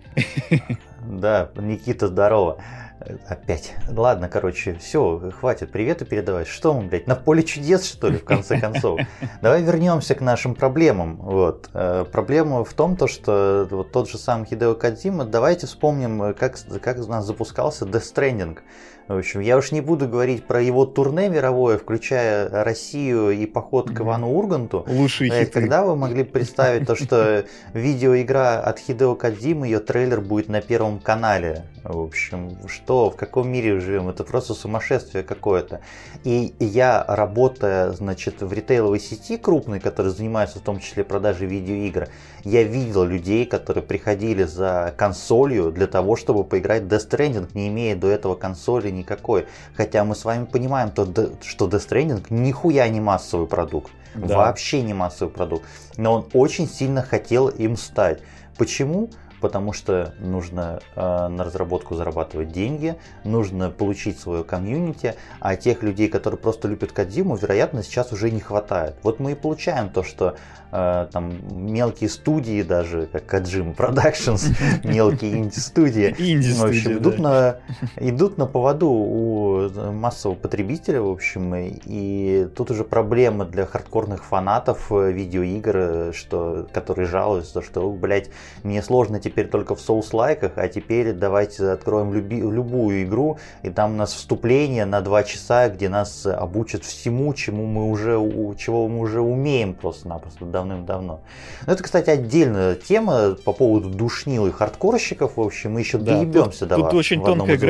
Да, Никита, здорово. Опять. Ладно, короче, все, хватит приветы передавать. Что мы, блядь, на поле чудес, что ли, в конце концов? Давай вернемся к нашим проблемам. Вот. Проблема в том, что вот тот же сам Хидео Кодзима, давайте вспомним, как у нас запускался Death Stranding. В общем, я уж не буду говорить про его турне мировое, включая Россию и поход к Ивану Урганту. Лучшие хиты. Когда вы могли представить то, что видеоигра от Хидео Кодзимы, ее трейлер будет на Первом канале? В общем, в каком мире мы живем? Это просто сумасшествие какое-то. И я, работая, значит, в ритейловой сети крупной, которая занимается в том числе продажей видеоигр, я видел людей, которые приходили за консолью для того, чтобы поиграть в Death Stranding, не имея до этого консоли никакой. Хотя мы с вами понимаем, что Death Stranding нихуя не массовый продукт. Да. Вообще не массовый продукт. Но он очень сильно хотел им стать. Почему? Потому что нужно на разработку зарабатывать деньги, нужно получить свое комьюнити, а тех людей, которые просто любят Кодзиму, вероятно, сейчас уже не хватает. Вот мы и получаем то, что там мелкие студии, даже как Kojima Productions, мелкие инди-студии, в общем, идут на поводу у массового потребителя, в общем, и тут уже проблема для хардкорных фанатов видеоигр, которые жалуются, что, блядь, мне сложно теперь только в соус-лайках, а теперь давайте откроем любую игру, и там у нас вступление на 2 часа, где нас обучат всему, чего мы уже умеем просто-напросто давным-давно. Но это, кстати, отдельная тема по поводу душнил и хардкорщиков. В общем, мы еще доебемся до вас. Тут очень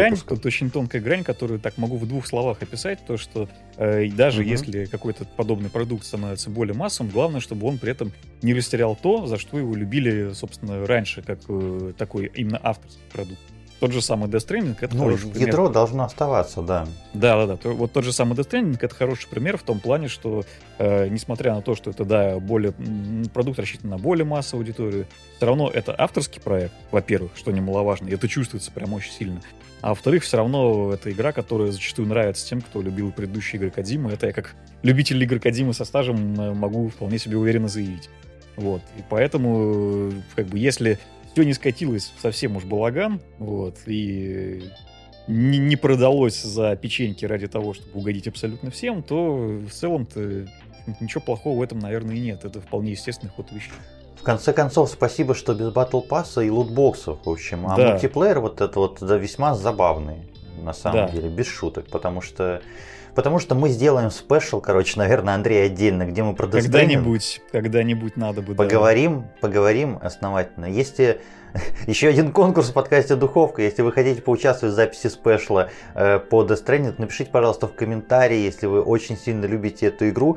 тонкая грань, которую так могу в 2 словах описать, то, что даже если какой-то подобный продукт становится более массовым, главное, чтобы он при этом не растерял то, за что его любили, собственно, раньше, как такой именно авторский продукт. Тот же самый Death Stranding, это хороший пример. Ядро должно оставаться, да. Да. Вот тот же самый Death Stranding, это хороший пример в том плане, что несмотря на то, что это, да, продукт рассчитан на более массовую аудиторию, все равно это авторский проект, во-первых, что немаловажно, и это чувствуется прям очень сильно. А во-вторых, все равно это игра, которая зачастую нравится тем, кто любил предыдущие игры Кодзимы. Это я как любитель игр Кодзимы со стажем могу вполне себе уверенно заявить. Вот. И поэтому, как бы, если все не скатилось в совсем уж балаган, вот, и не продалось за печеньки ради того, чтобы угодить абсолютно всем, то в целом-то ничего плохого в этом, наверное, и нет. Это вполне естественный ход вещей. В конце концов, спасибо, что без батл пасса и лутбоксов, в общем. А мультиплеер вот это вот весьма забавный, на самом деле, без шуток, потому что мы сделаем спешл, короче, наверное, Андрей, отдельно, где мы про Death Stranding когда-нибудь надо будет. Поговорим основательно. Если еще один конкурс в подкасте «Духовка», если вы хотите поучаствовать в записи спешла по Death Stranding, напишите, пожалуйста, в комментарии, если вы очень сильно любите эту игру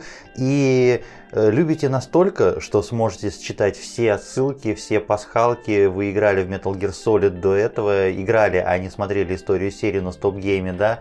и любите настолько, что сможете считать все ссылки, все пасхалки. Вы играли в Metal Gear Solid до этого, а не смотрели историю серии на стоп-гейме, да?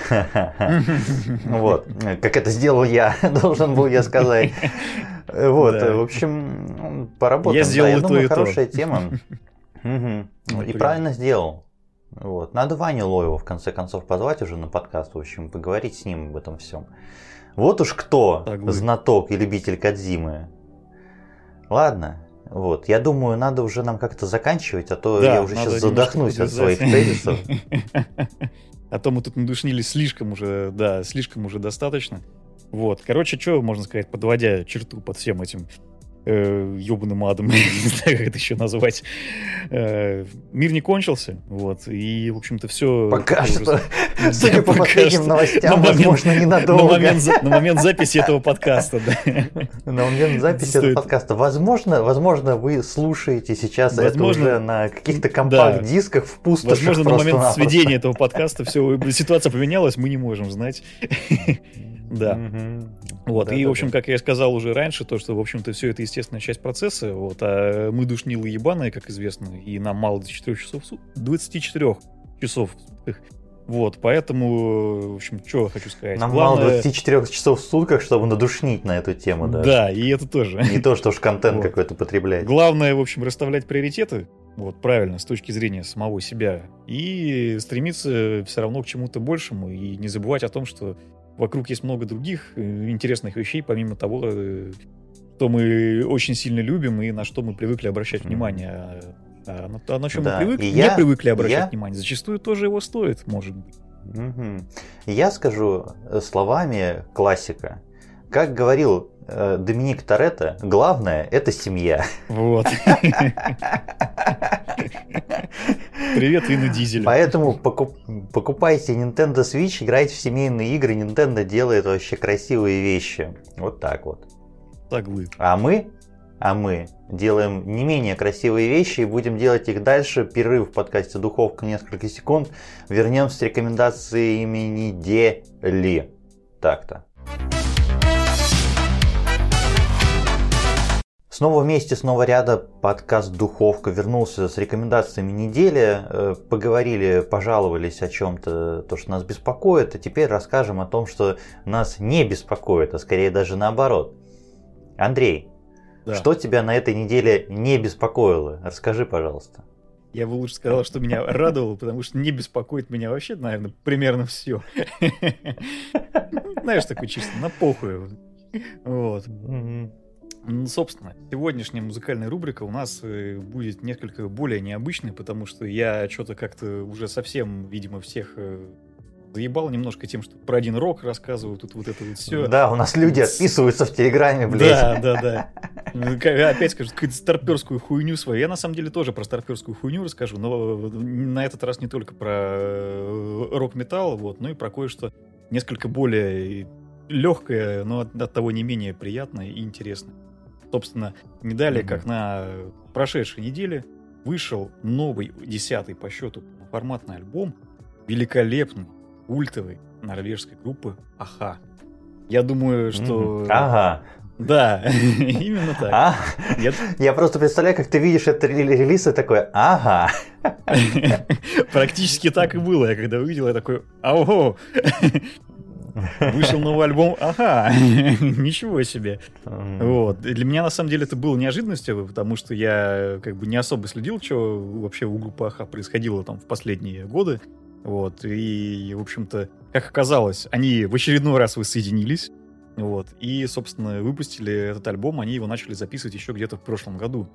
Вот, как это сделал я, должен был я сказать. Вот, в общем, поработаем. Я сделал это и хорошая тема. И правильно сделал. Вот. Надо Ваню Лоева в конце концов позвать уже на подкаст, в общем, поговорить с ним об этом всем. Вот уж кто знаток и любитель Кодзимы. Ладно, вот. Я думаю, надо уже нам как-то заканчивать, а то я уже сейчас задохнусь от своих тезисов. А то мы тут надушнились слишком уже достаточно. Вот. Короче, что можно сказать, подводя черту под всем этим ебаным адом, не знаю, как это еще назвать. Мир не кончился, вот, и, в общем-то, все... Пока что, судя по последним новостям, возможно, ненадолго. На момент записи этого подкаста, да. На момент записи этого подкаста. Возможно, вы слушаете сейчас это уже на каких-то компакт-дисках в пустошах. Возможно, на момент сведения этого подкаста все, ситуация поменялась, мы не можем знать. Да. Вот, и, в общем, как я и сказал уже раньше, то, что, в общем-то, все это естественная часть процесса, вот, а мы душнилы ебаные, как известно, и нам мало 24 часов. Вот, поэтому, в общем, что я хочу сказать. Нам мало 24 часов в сутках, чтобы надушнить на эту тему, да. Да, и это тоже. Не то, что уж контент какой-то потреблять. Главное, в общем, расставлять приоритеты, вот, правильно, с точки зрения самого себя, и стремиться все равно к чему-то большему, и не забывать о том, что вокруг есть много других интересных вещей, помимо того, что мы очень сильно любим и на что мы привыкли обращать внимание. А на чем мы не привыкли обращать внимание, зачастую тоже его стоит, может быть. Я скажу словами классика. Как говорил Доминик Торетто, главное – это семья. Вот. Привет, Вин Дизель. Поэтому покупайте Nintendo Switch, играйте в семейные игры. Nintendo делает вообще красивые вещи. Вот так вот. Соглы. А мы делаем не менее красивые вещи и будем делать их дальше. Перерыв в подкасте «Духовка» несколько секунд. Вернемся с рекомендациями недели. Так-то. Снова вместе, снова ряда, подкаст «Духовка» вернулся с рекомендациями недели. Поговорили, пожаловались о чем-то, то, что нас беспокоит, а теперь расскажем о том, что нас не беспокоит, а скорее даже наоборот. Андрей, да. Что тебя на этой неделе не беспокоило? Расскажи, пожалуйста. Я бы лучше сказал, что меня радовало, потому что не беспокоит меня вообще, наверное, примерно все. Знаешь, такой чисто на похуй. Вот. Ну, собственно, сегодняшняя музыкальная рубрика у нас будет несколько более необычной, потому что я что-то как-то уже совсем, видимо, всех заебал немножко тем, что про один рок рассказываю, тут вот это вот все. Да, у нас люди отписываются в Телеграме, блядь. Да. Опять скажу, какую-то старперскую хуйню свою. Я на самом деле тоже про старперскую хуйню расскажу, но на этот раз не только про рок-металл, вот, но и про кое-что несколько более легкое, но от того не менее приятное и интересное. Собственно, не далее, как на прошедшей неделе, вышел новый 10-й по счету форматный альбом великолепный, культовой норвежской группы Аха. Я думаю, что... Ага. Да, именно так. Я просто представляю, как ты видишь этот релиз и такой, ага. Практически так и было. Я когда увидел, я такой, ого. Вышел новый альбом, ага, ничего себе. Вот. И для меня, на самом деле, это было неожиданностью, потому что я как бы не особо следил, что вообще у группы Аха происходило там в последние годы. Вот. И, в общем-то, как оказалось, они в очередной раз воссоединились. Вот. И, собственно, выпустили этот альбом, они его начали записывать еще где-то в прошлом году.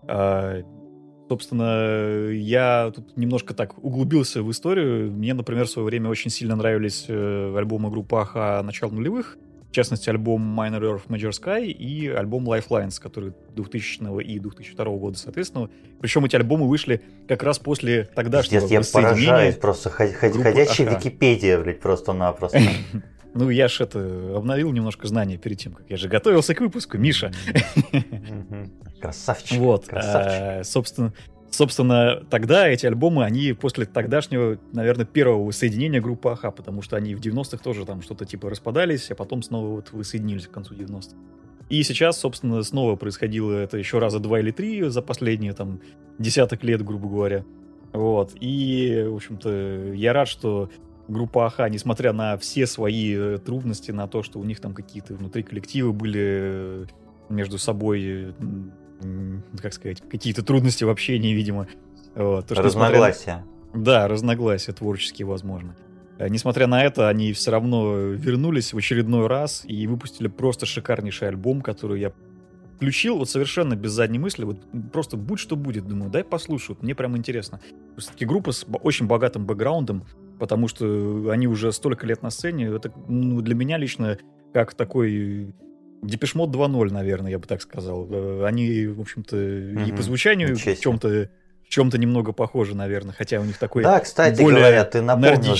Собственно, я тут немножко так углубился в историю. Мне, например, в свое время очень сильно нравились альбомы группы Аха начала нулевых. В частности, альбом Minor Earth Major Sky и альбом Lifelines, который 2000 и 2002 года, соответственно. Причем эти альбомы вышли как раз после тогдашнего воссоединения. Я поражаюсь, просто ходячая Википедия, блядь, просто-напросто. Ну, я ж обновил немножко знания перед тем, как я же готовился к выпуску, Миша. Красавчик. Вот, собственно, тогда эти альбомы, они после тогдашнего, наверное, первого воссоединения группы Аха, потому что они в 90-х тоже там что-то типа распадались, а потом снова вот воссоединились к концу 90-х. И сейчас, собственно, снова происходило это еще раза 2 или 3 за последние там десяток лет, грубо говоря. Вот, и, в общем-то, я рад, что группа Аха, несмотря на все свои трудности, на то, что у них там какие-то внутри коллективы были между собой, как сказать, какие-то трудности в общении, видимо. Вот. То, что разногласия. Разногласия творческие, возможно. Несмотря на это, они все равно вернулись в очередной раз и выпустили просто шикарнейший альбом, который я включил вот совершенно без задней мысли, вот просто будь что будет, думаю, дай послушаю, мне прям интересно. Все-таки группа с очень богатым бэкграундом, потому что они уже столько лет на сцене. Это для меня лично как такой Depeche Mode 2.0, наверное, я бы так сказал. Они, в общем-то, и по звучанию в чем-то немного похожи, наверное, хотя у них такой Да, кстати говоря, ты напомнил,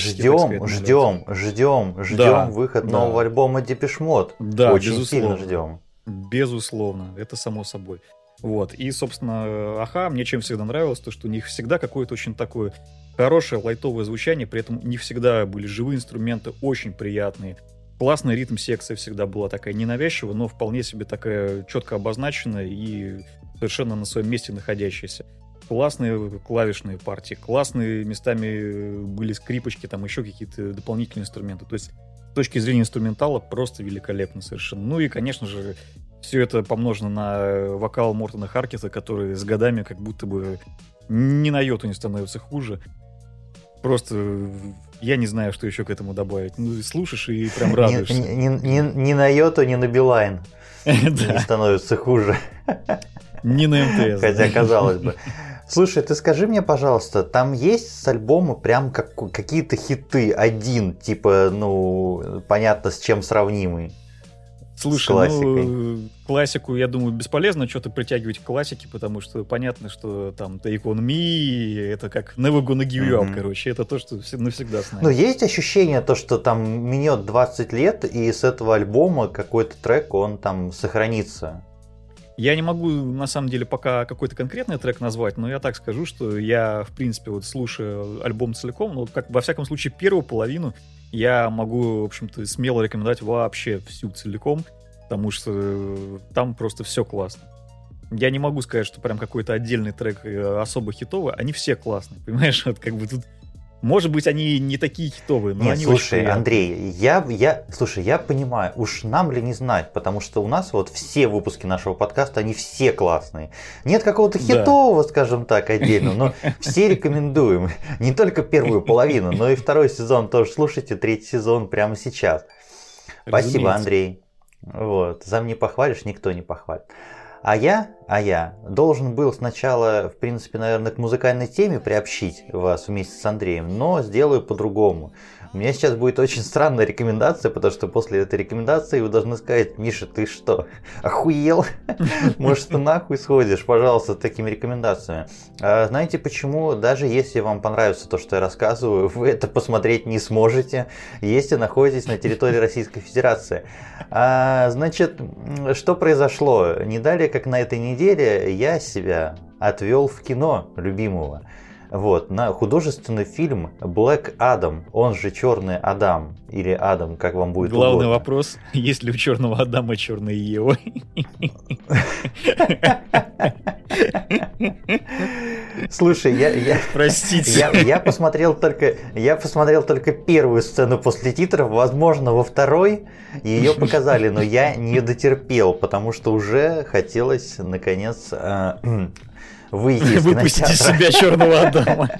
ждем выход нового альбома Depeche Mode. Да, очень безусловно. сильно ждем. Безусловно, это само собой. Вот. И, собственно, Аха, мне чем всегда нравилось, то, что у них всегда какое-то очень такое хорошее лайтовое звучание, при этом не всегда были живые инструменты, очень приятные. Классная ритм-секция всегда была такая ненавязчивая, но вполне себе такая четко обозначенная и совершенно на своем месте находящаяся. Классные клавишные партии, классные местами были скрипочки, там еще какие-то дополнительные инструменты. То есть с точки зрения инструментала просто великолепно совершенно. Ну и, конечно же, все это помножено на вокал Мортона Харкета, который с годами как будто бы ни на йоту не становится хуже. Просто я не знаю, что еще к этому добавить. Ну, слушаешь и прям радуешься. Ни на йоту, ни на Билайн не становится хуже. Ни на МТС. Хотя, казалось бы. Слушай, ты скажи мне, пожалуйста, там есть с альбома прям какие-то хиты один, типа, ну, понятно, с чем сравнимый? Слушай, ну, классику, я думаю, бесполезно что-то притягивать к классике, потому что понятно, что там Take On Me, это как Never Gonna Give You Up, короче, это то, что навсегда с нами. Но есть ощущение, то, что там минет 20 лет, и с этого альбома какой-то трек, он там сохранится? Я не могу, на самом деле, пока какой-то конкретный трек назвать, но я так скажу, что я, в принципе, вот слушаю альбом целиком, ну, как, во всяком случае, первую половину я могу, в общем-то, смело рекомендовать вообще всю целиком, потому что там просто все классно. Я не могу сказать, что прям какой-то отдельный трек особо хитовый, они все классные, понимаешь, вот как бы тут... Может быть, они не такие хитовые, но нет, они слушай, очень Андрей, я понимаю, уж нам ли не знать, потому что у нас вот все выпуски нашего подкаста, они все классные. Нет какого-то хитового, скажем так, отдельно, но все рекомендуем. Не только первую половину, но и второй сезон тоже слушайте, третий сезон прямо сейчас. Спасибо, Андрей. Вот, зам не похвалишь, никто не похвалит. А я должен был сначала, в принципе, наверное, к музыкальной теме приобщить вас вместе с Андреем, но сделаю по-другому. У меня сейчас будет очень странная рекомендация, потому что после этой рекомендации вы должны сказать: Миша, ты что, охуел? Может, ты нахуй сходишь, пожалуйста, с такими рекомендациями. Знаете почему? Даже если вам понравится то, что я рассказываю, вы это посмотреть не сможете, если находитесь на территории Российской Федерации. Значит, что произошло? Не далее, как на этой неделе, я себя отвел в кино любимого. Вот, на художественный фильм Black Adam, он же Черный Адам, или Адам, как вам будет Главный угодно. вопрос, есть ли у Черного Адама черная Ева? Слушай, простите. Я посмотрел только первую сцену после титров, возможно, во второй ее показали, но я не дотерпел, потому что уже хотелось, наконец, выйти из выпустить из себя Черного Адама.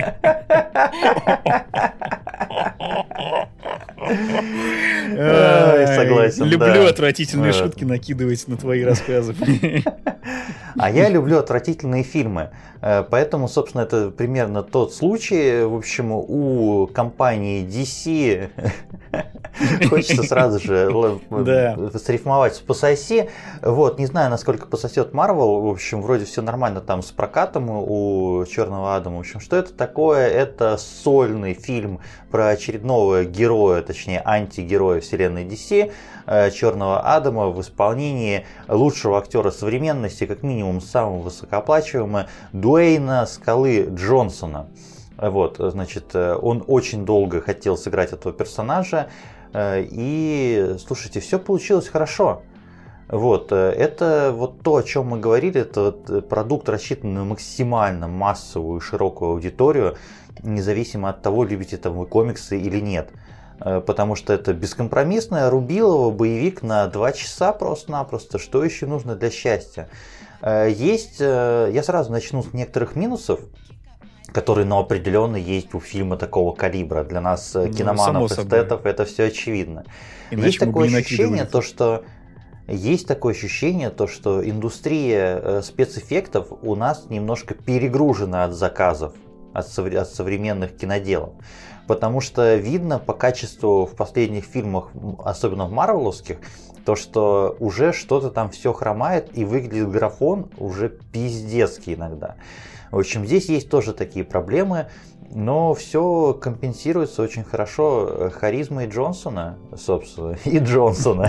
Согласен. Люблю отвратительные шутки накидывать на твои рассказы. А я люблю отвратительные фильмы. Поэтому, собственно, это примерно тот случай. В общем, у компании DC хочется сразу же срифмовать «пососи». Вот, не знаю, насколько пососет Marvel. В общем, вроде все нормально там с прокатом у Черного Адама. В общем, что это такое? Это сольный фильм про очередного героя, точнее антигероя вселенной DC, Черного Адама, в исполнении лучшего актера современности, как минимум самого высокооплачиваемого, Дуэйна «Скалы» Джонсона. Вот, значит, он очень долго хотел сыграть этого персонажа, и, слушайте, все получилось хорошо. Вот, это вот то, о чем мы говорили, это вот продукт, рассчитанный на максимально массовую и широкую аудиторию, независимо от того, любите там вы комиксы или нет. Потому что это бескомпромиссная Рубилова, боевик на 2 часа просто-напросто. Что еще нужно для счастья? Есть, я сразу начну с некоторых минусов, которые, ну, определенно есть у фильма такого калибра. Для нас, киноманов, эстетов, это все очевидно. Иначе есть такое ощущение, что индустрия спецэффектов у нас немножко перегружена от заказов, от современных киноделов. Потому что видно по качеству в последних фильмах, особенно в марвеловских, То, что уже что-то там все хромает и выглядит графон уже пиздецкий иногда. В общем, здесь есть тоже такие проблемы, но все компенсируется очень хорошо харизмой Джонсона, собственно, и Джонсона.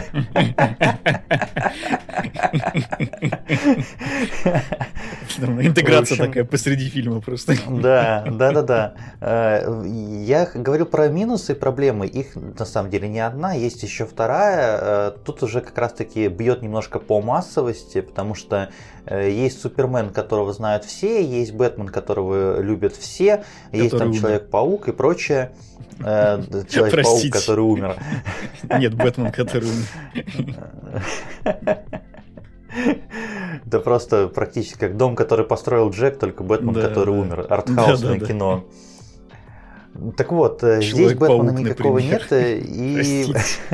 Интеграция такая посреди фильма просто. Да. Я говорил про минусы и проблемы. Их на самом деле не одна, есть еще вторая. Тут уже как раз-таки бьет немножко по массовости, потому что есть Супермен, которого знают все, есть Бэтмен, которого любят все, есть там Человек-паук и прочее. Человек-паук, который умер. Нет, Бэтмен, который умер. Это просто практически как дом, который построил Джек, только Бэтмен, который умер. Артхаусное кино. Так вот, здесь Бэтмена никакого нет, и...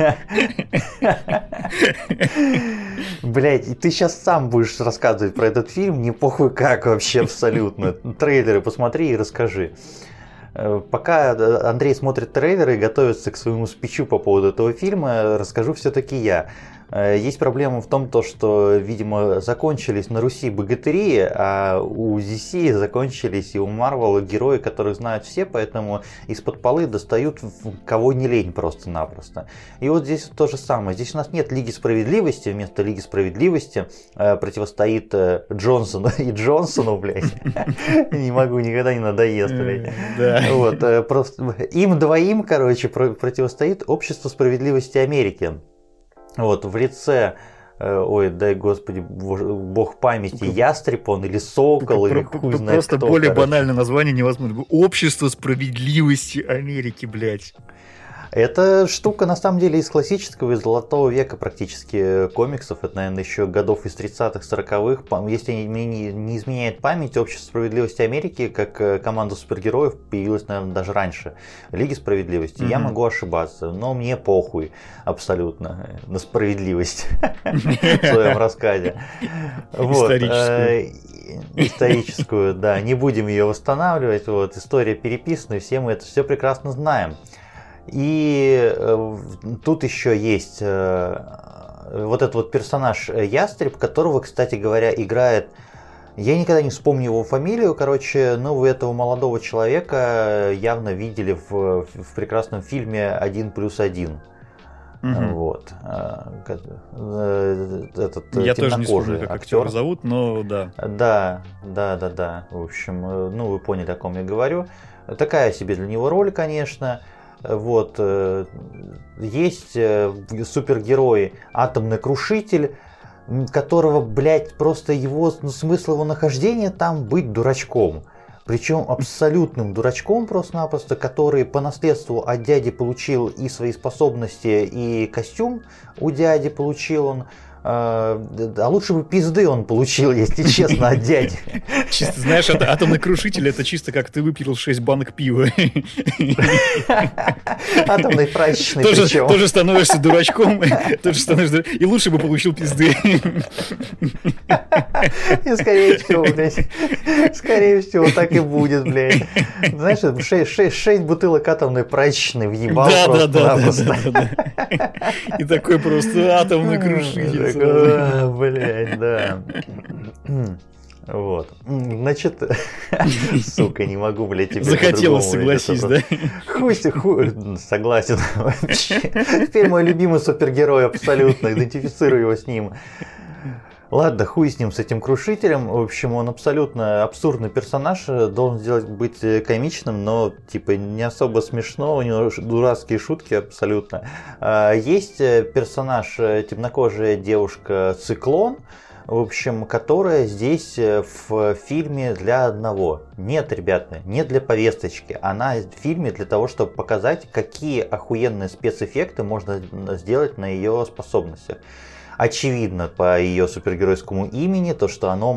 Блять, и ты сейчас сам будешь рассказывать про этот фильм, не похуй как вообще абсолютно. Трейлеры посмотри и расскажи. Пока Андрей смотрит трейлеры и готовится к своему спичу по поводу этого фильма, расскажу все-таки я. Есть проблема в том, что, видимо, закончились на Руси богатыри, а у DC закончились и у Marvel герои, которых знают все, поэтому из-под полы достают кого не лень просто-напросто. И вот здесь то же самое. Здесь у нас нет Лиги Справедливости, вместо Лиги Справедливости противостоит Джонсону и Джонсону, блядь. Не могу, никогда не надоест, блядь. Вот, просто им двоим, короче, противостоит Общество Справедливости Америки. Вот, в лице, ой, дай господи, бог памяти, ястреб он или сокол, или хуй знает просто кто. Просто более банальное название невозможно. Общество Справедливости Америки, блядь. Эта штука, на самом деле, из классического, из золотого века практически комиксов. Это, наверное, еще годов из 30-х, 40-х. Если мне не изменяет память, Общество Справедливости Америки, как команда супергероев, появилась, наверное, даже раньше Лиги Справедливости. Я могу ошибаться, но мне похуй абсолютно на справедливость в своем рассказе. Историческую, да. Не будем ее восстанавливать. Вот, история переписана, и все мы это все прекрасно знаем. И тут еще есть вот этот вот персонаж Ястреб, которого, кстати говоря, играет... Я никогда не вспомню его фамилию, короче, но вы этого молодого человека явно видели в прекрасном фильме «1+1». Вот. Этот я тоже не вспомню, как актера зовут, но да. Да. В общем, ну вы поняли, о ком я говорю. Такая себе для него роль, конечно. Вот, есть супергерой Атомный Крушитель, которого, блядь, просто смысл его нахождения там быть дурачком. Причем абсолютным дурачком просто-напросто, который по наследству от дяди получил и свои способности, и костюм у дяди получил он. А лучше бы пизды он получил, если честно, от дяди. Чисто, знаешь, Атомный Крушитель — это чисто как ты выпил 6 банок пива. Атомный прачечный причем. Тоже становишься дурачком, и лучше бы получил пизды. И скорее всего, так и будет, блядь. Знаешь, 6 бутылок атомной прачечной въебал просто-напросто. И такой просто Атомный Крушитель. Блядь, да. Вот. Значит, сука, не могу, блядь, тебе захотелось, согласись, да? Хуй, согласен. Вообще. Теперь мой любимый супергерой абсолютно, идентифицирую его с ним. Ладно, хуй с ним, с этим Крушителем. В общем, он абсолютно абсурдный персонаж, должен быть комичным, но типа не особо смешно, у него дурацкие шутки абсолютно. Есть персонаж, темнокожая девушка Циклон, в общем, которая здесь в фильме для одного. Нет, ребята, не для повесточки. Она в фильме для того, чтобы показать, какие охуенные спецэффекты можно сделать на ее способностях. Очевидно по ее супергеройскому имени, то что она,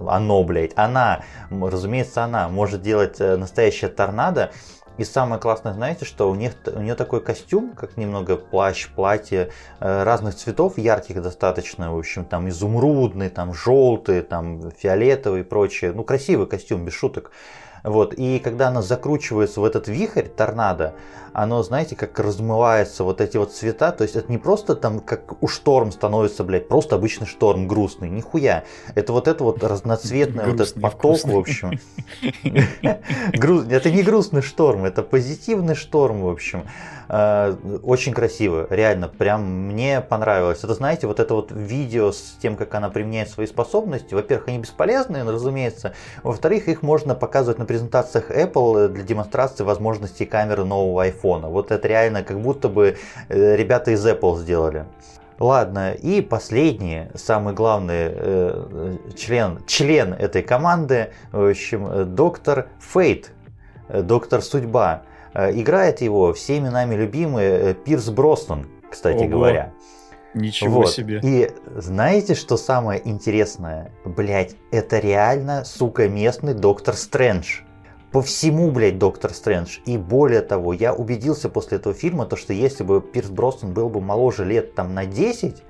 разумеется, она может делать настоящее торнадо. И самое классное, знаете, что у нее такой костюм, как немного плащ, платье разных цветов, ярких достаточно, в общем, там изумрудный, там желтый, там фиолетовый и прочее. Ну, красивый костюм, без шуток. Вот, и когда она закручивается в этот вихрь, торнадо, оно, знаете, как размывается вот эти вот цвета, то есть это не просто там, как у шторм становится, блядь, просто обычный шторм грустный, нихуя. Это вот разноцветный вот этот поток, в общем. Это не грустный шторм, это позитивный шторм, в общем. Очень красиво, реально, прям мне понравилось. Это, знаете, вот это вот видео с тем, как она применяет свои способности, во-первых, они бесполезные, разумеется, во-вторых, их можно показывать на презентациях Apple для демонстрации возможностей камеры нового iPhone. Вот это реально как будто бы ребята из Apple сделали. Ладно, и последний, самый главный член этой команды, в общем, доктор Фейт, доктор Судьба. Играет его всеми нами любимый Пирс Броснан, кстати говоря. Ничего себе. И знаете, что самое интересное? Блять, это реально, сука, местный Доктор Стрэндж. По всему, блядь, Доктор Стрэндж. И более того, я убедился после этого фильма, что если бы Пирс Броснан был бы моложе лет там на 10,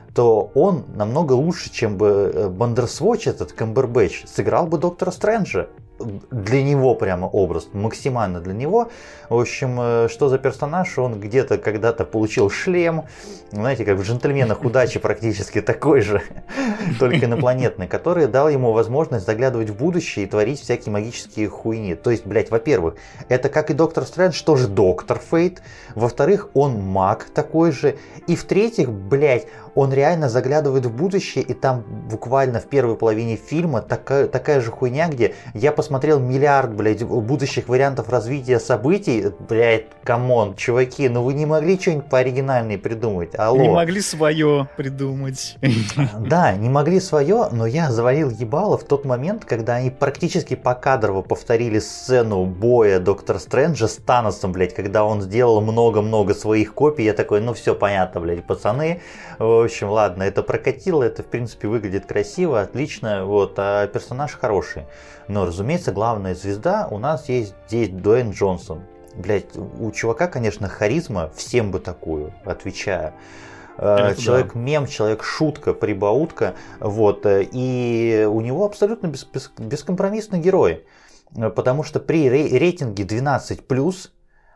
то он намного лучше, чем бы Бандерсвотч, этот Камбербэтч, сыграл бы Доктора Стрэнджа. Для него прямо образ, максимально для него. В общем, что за персонаж? Он где-то когда-то получил шлем, знаете, как в «Джентльменах удачи» практически такой же, только инопланетный, который дал ему возможность заглядывать в будущее и творить всякие магические хуйни. То есть, блядь, во-первых, это как и Доктор Стрэндж, тоже Доктор Фейт. Во-вторых, он маг такой же. И в-третьих, блядь, он реально заглядывает в будущее, и там буквально в первой половине фильма такая же хуйня, где я посмотрел миллиард, блядь, будущих вариантов развития событий. Блядь, камон, чуваки, ну вы не могли что-нибудь пооригинальнее придумать? Алло. Не могли свое придумать. Да, не могли свое, но я завалил ебало в тот момент, когда они практически покадрово повторили сцену боя Доктора Стрэнджа с Таносом, блядь, когда он сделал много-много своих копий. Я такой, ну все понятно, блядь, пацаны. В общем, ладно, это прокатило, это в принципе выглядит красиво, отлично, вот, а персонаж хороший. Но, разумеется, главная звезда у нас есть здесь Дуэйн Джонсон. Блять, у чувака, конечно, харизма, всем бы такую, отвечаю. Человек-мем, человек-шутка, прибаутка, вот, и у него абсолютно бескомпромиссный герой, потому что при рейтинге 12+,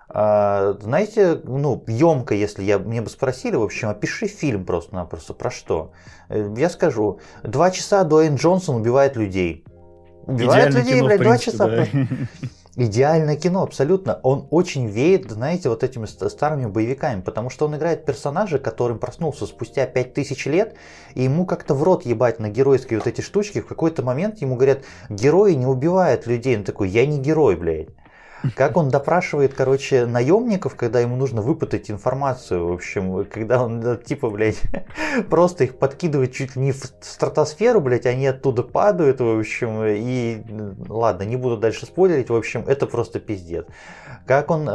знаете, ну, емко, если мне бы спросили, в общем, опиши фильм просто-напросто, про что? Я скажу, 2 часа Дуэйн Джонсон убивает людей. Убивает людей, блядь, 2 часа. Да. Идеальное кино, абсолютно. Он очень веет, знаете, вот этими старыми боевиками, потому что он играет персонажа, который проснулся спустя 5000 лет, и ему как-то в рот ебать на геройские вот эти штучки. В какой-то момент ему говорят, герои не убивают людей. Он такой, я не герой, блядь. Как он допрашивает, короче, наемников, когда ему нужно выпытать информацию, в общем, когда он, типа, блядь, просто их подкидывает чуть ли не в стратосферу, блядь, они оттуда падают, в общем, и, ладно, не буду дальше спойлерить, в общем, это просто пиздец. Как он,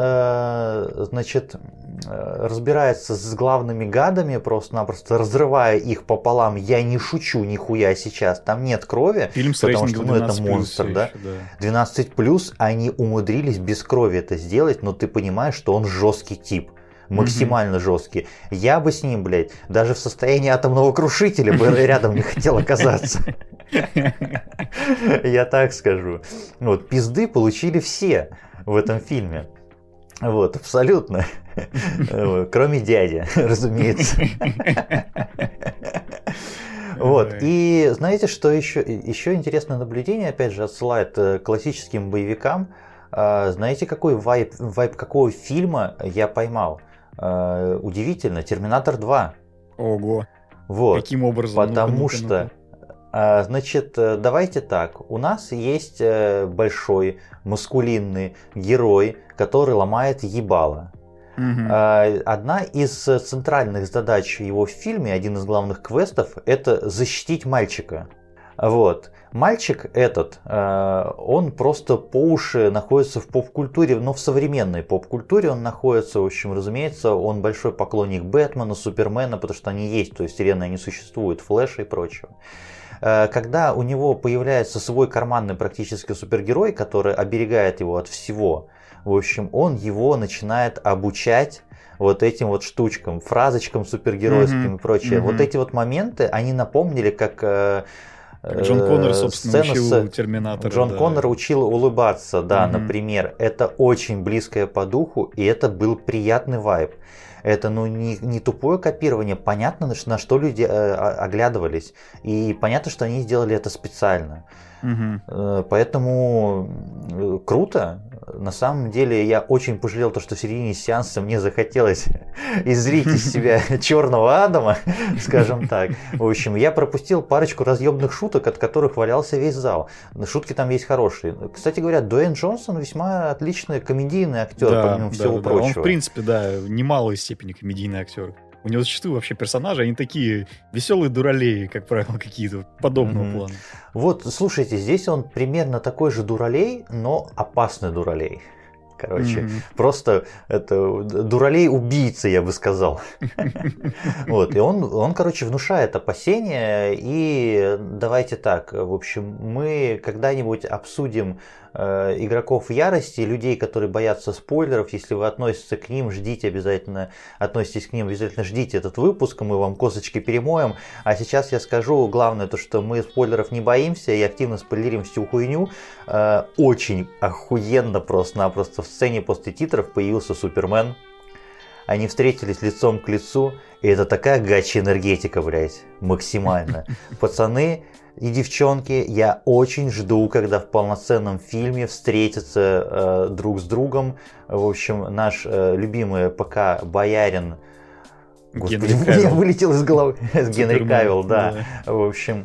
значит, разбирается с главными гадами, просто-напросто разрывая их пополам, я не шучу нихуя сейчас, там нет крови, фильм с потому что, ну, это 12+, монстр, да? Да. 12+, они умудрились без крови это сделать, но ты понимаешь, что он жесткий тип. Максимально жесткий. Я бы с ним, блядь, даже в состоянии атомного крушителя бы рядом не хотел оказаться. Я так скажу. Вот, пизды получили все в этом фильме. Вот, абсолютно. Кроме дяди, разумеется. Вот, и знаете, что еще интересное наблюдение, опять же, отсылает к классическим боевикам. Знаете, какой вайб какого фильма я поймал? Удивительно, Терминатор 2. Ого. Вот. Каким образом? Потому что, значит, давайте так. У нас есть большой маскулинный герой, который ломает ебало. Одна из центральных задач его в фильме, один из главных квестов, это защитить мальчика. Вот. Мальчик этот, он просто по уши находится в поп-культуре, но в современной поп-культуре он находится, в общем, разумеется, он большой поклонник Бэтмена, Супермена, потому что они есть, то есть вселенная не существует, Флэша и прочего. Когда у него появляется свой карманный практически супергерой, который оберегает его от всего, в общем, он его начинает обучать вот этим вот штучкам, фразочкам супергеройским и прочее. Вот эти вот моменты, они напомнили, как Как Джон Коннор, собственно, учил Терминатора. Джон Коннор учил улыбаться, да, например. Это очень близкое по духу, и это был приятный вайб. Это не тупое копирование, понятно, на что люди оглядывались. И понятно, что они сделали это специально. Поэтому круто. На самом деле я очень пожалел то, что в середине сеанса мне захотелось изрить из себя черного Адама, скажем так. В общем, я пропустил парочку разъемных шуток, от которых валялся весь зал. Шутки там есть хорошие. Кстати говоря, Дуэйн Джонсон весьма отличный комедийный актер, помимо всего прочего. Он, в принципе, в немалой степени комедийный актер. У него зачастую вообще персонажи, они такие веселые дуралеи, как правило, какие-то подобного плана. Вот, слушайте, здесь он примерно такой же дуралей, но опасный дуралей. Короче, просто это дуралей-убийца, я бы сказал. Вот, и он, короче, внушает опасения. И давайте так, в общем, мы когда-нибудь обсудим игроков в ярости, людей, которые боятся спойлеров. Если вы относитесь к ним, ждите обязательно этот выпуск, мы вам косточки перемоем. А сейчас я скажу главное, то что мы спойлеров не боимся и активно спойлерим всю хуйню. Очень охуенно просто-напросто в сцене после титров появился Супермен. Они встретились лицом к лицу, и это такая гача энергетика, блядь, максимально. Пацаны и девчонки, я очень жду, когда в полноценном фильме встретятся друг с другом. В общем, наш любимый ПК боярин... Господи, я вылетел из головы. Генри Кавилл, да. В общем,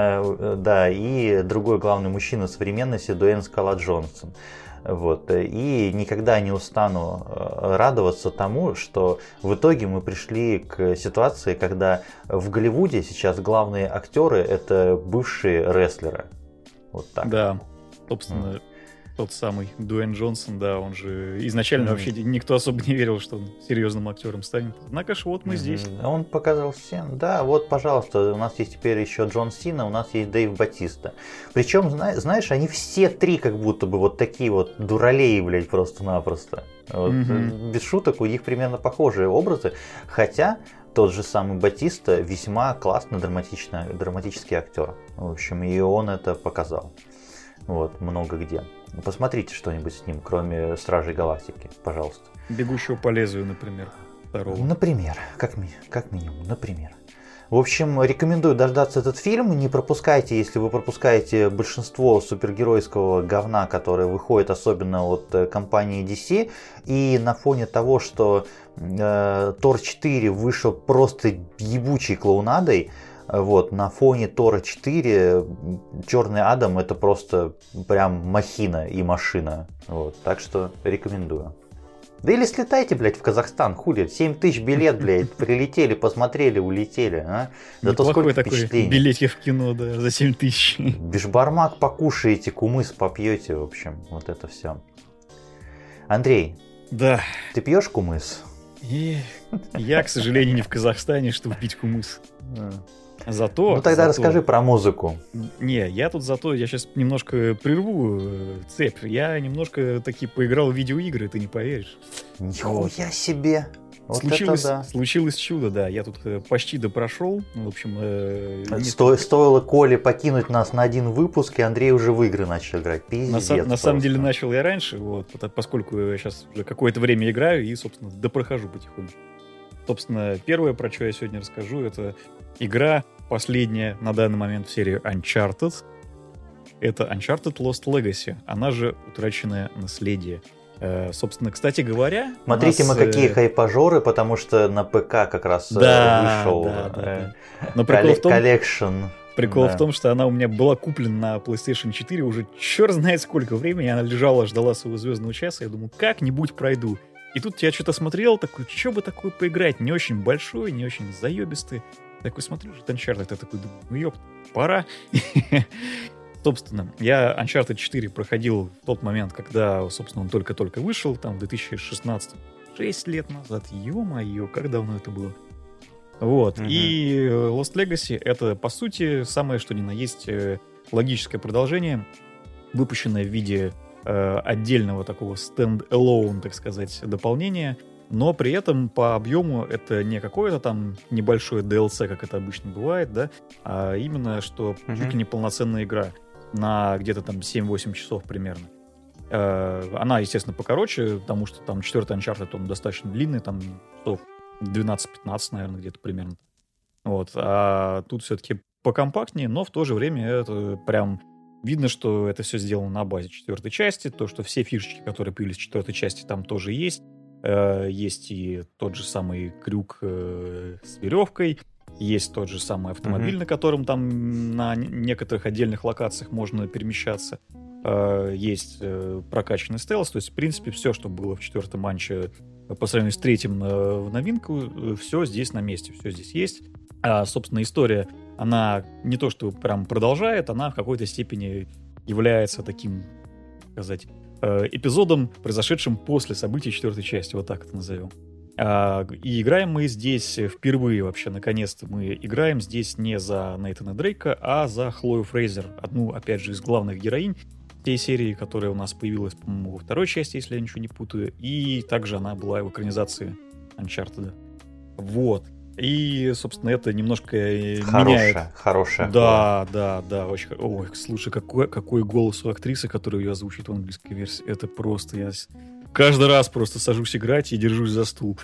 да, и другой главный мужчина современности Дуэйн Скала Джонсон. Вот. И никогда не устану радоваться тому, что в итоге мы пришли к ситуации, когда в Голливуде сейчас главные актеры это бывшие рестлеры. Вот так. Да, собственно, тот самый Дуэйн Джонсон, да, он же изначально вообще никто особо не верил, что он серьезным актером станет. Однако ж вот мы здесь. Он показал всем, да, вот, пожалуйста, у нас есть теперь еще Джон Сина, у нас есть Дэйв Батиста. Причем, знаешь, они все три как будто бы вот такие вот дуралеи, блядь, просто-напросто. Вот, без шуток, у них примерно похожие образы, хотя тот же самый Батиста весьма классный драматический актер. В общем, и он это показал. Вот, много где. Посмотрите что-нибудь с ним, кроме Стражей Галактики, пожалуйста. Бегущего по лезвию, например. Второго. Например, как минимум, например. В общем, рекомендую дождаться этот фильм. Не пропускайте, если вы пропускаете большинство супергеройского говна, которое выходит особенно от компании DC. И на фоне того, что Тор 4 вышел просто ебучей клоунадой, вот, на фоне Тора 4 Черный Адам это просто прям махина и машина. Вот, так что рекомендую. Да или слетайте, блядь, в Казахстан, хули, 7 тысяч билет, блядь, прилетели, посмотрели, улетели, а? Зато сколько впечатлений. Билетик в кино, да, за 7 тысяч. Бешбармак покушаете, кумыс попьете, в общем, вот это все. Андрей, да. Ты пьешь кумыс? Я, к сожалению, не в Казахстане, чтобы пить кумыс. Зато... Ну тогда расскажи про музыку. Не, я сейчас немножко прерву цепь. Я немножко таки поиграл в видеоигры, ты не поверишь. Нихуя себе! Вот случилось чудо, да. Я тут почти допрошел. В общем... Стоило Коле покинуть нас на один выпуск, и Андрей уже в игры начал играть. Пиздец. На самом деле начал я раньше, вот, поскольку я сейчас уже какое-то время играю и, собственно, допрохожу потихоньку. Собственно, первое, про что я сегодня расскажу, это игра последняя на данный момент в серии Uncharted. Это Uncharted Lost Legacy, она же Утраченное наследие. Собственно, кстати говоря... Смотрите, мы какие хайпажоры, потому что на ПК как раз вышел коллекшн. Прикол в том, что она у меня была куплена на PlayStation 4 уже черт знает сколько времени. Она лежала, ждала своего звездного часа. Я думаю, как-нибудь пройду. И тут я что-то смотрел, такой, что бы такое поиграть? Не очень большой, не очень заебистый. Такой смотрю, что Uncharted, я такой думаю, ну ёпт, пора. Собственно, я Uncharted 4 проходил в тот момент, когда, собственно, он только-только вышел, там, в 2016, 6 лет назад. Ё-моё, как давно это было. Вот, и Lost Legacy — это, по сути, самое что ни на есть логическое продолжение, выпущенное в виде отдельного такого stand-alone, так сказать, дополнения но при этом по объему это не какое-то там небольшое DLC, как это обычно бывает, да, а именно, что чуть ли не полноценная игра на где-то там 7-8 часов примерно. Она, естественно, покороче, потому что там 4-й Uncharted, он достаточно длинный, там часов 12-15, наверное, где-то примерно. Вот. А тут все-таки покомпактнее, но в то же время это прям видно, что это все сделано на базе 4-й части, то, что все фишечки, которые появились в 4-й части, там тоже есть. Есть и тот же самый крюк с веревкой, есть тот же самый автомобиль, на котором там на некоторых отдельных локациях можно перемещаться. Есть прокачанный стелс, то есть, в принципе, все, что было в 4-м анче по сравнению с 3-м в новинку, все здесь на месте, все здесь есть. А, собственно, история, она не то, что прям продолжает, она в какой-то степени является таким, так сказать, эпизодом, произошедшим после событий 4-й части, вот так это назовем. И играем мы здесь впервые вообще, наконец-то мы играем здесь не за Нейтана Дрейка, а за Хлою Фрейзер, одну, опять же, из главных героинь tej серии, которая у нас появилась, по-моему, во 2-й части, если я ничего не путаю, и также она была в экранизации Uncharted. Вот. И, собственно, это немножко меняет... Хорошая. Да, очень... Ой, слушай, какой голос у актрисы, которую ее озвучит в английской версии. Это просто... Я каждый раз просто сажусь играть и держусь за стул.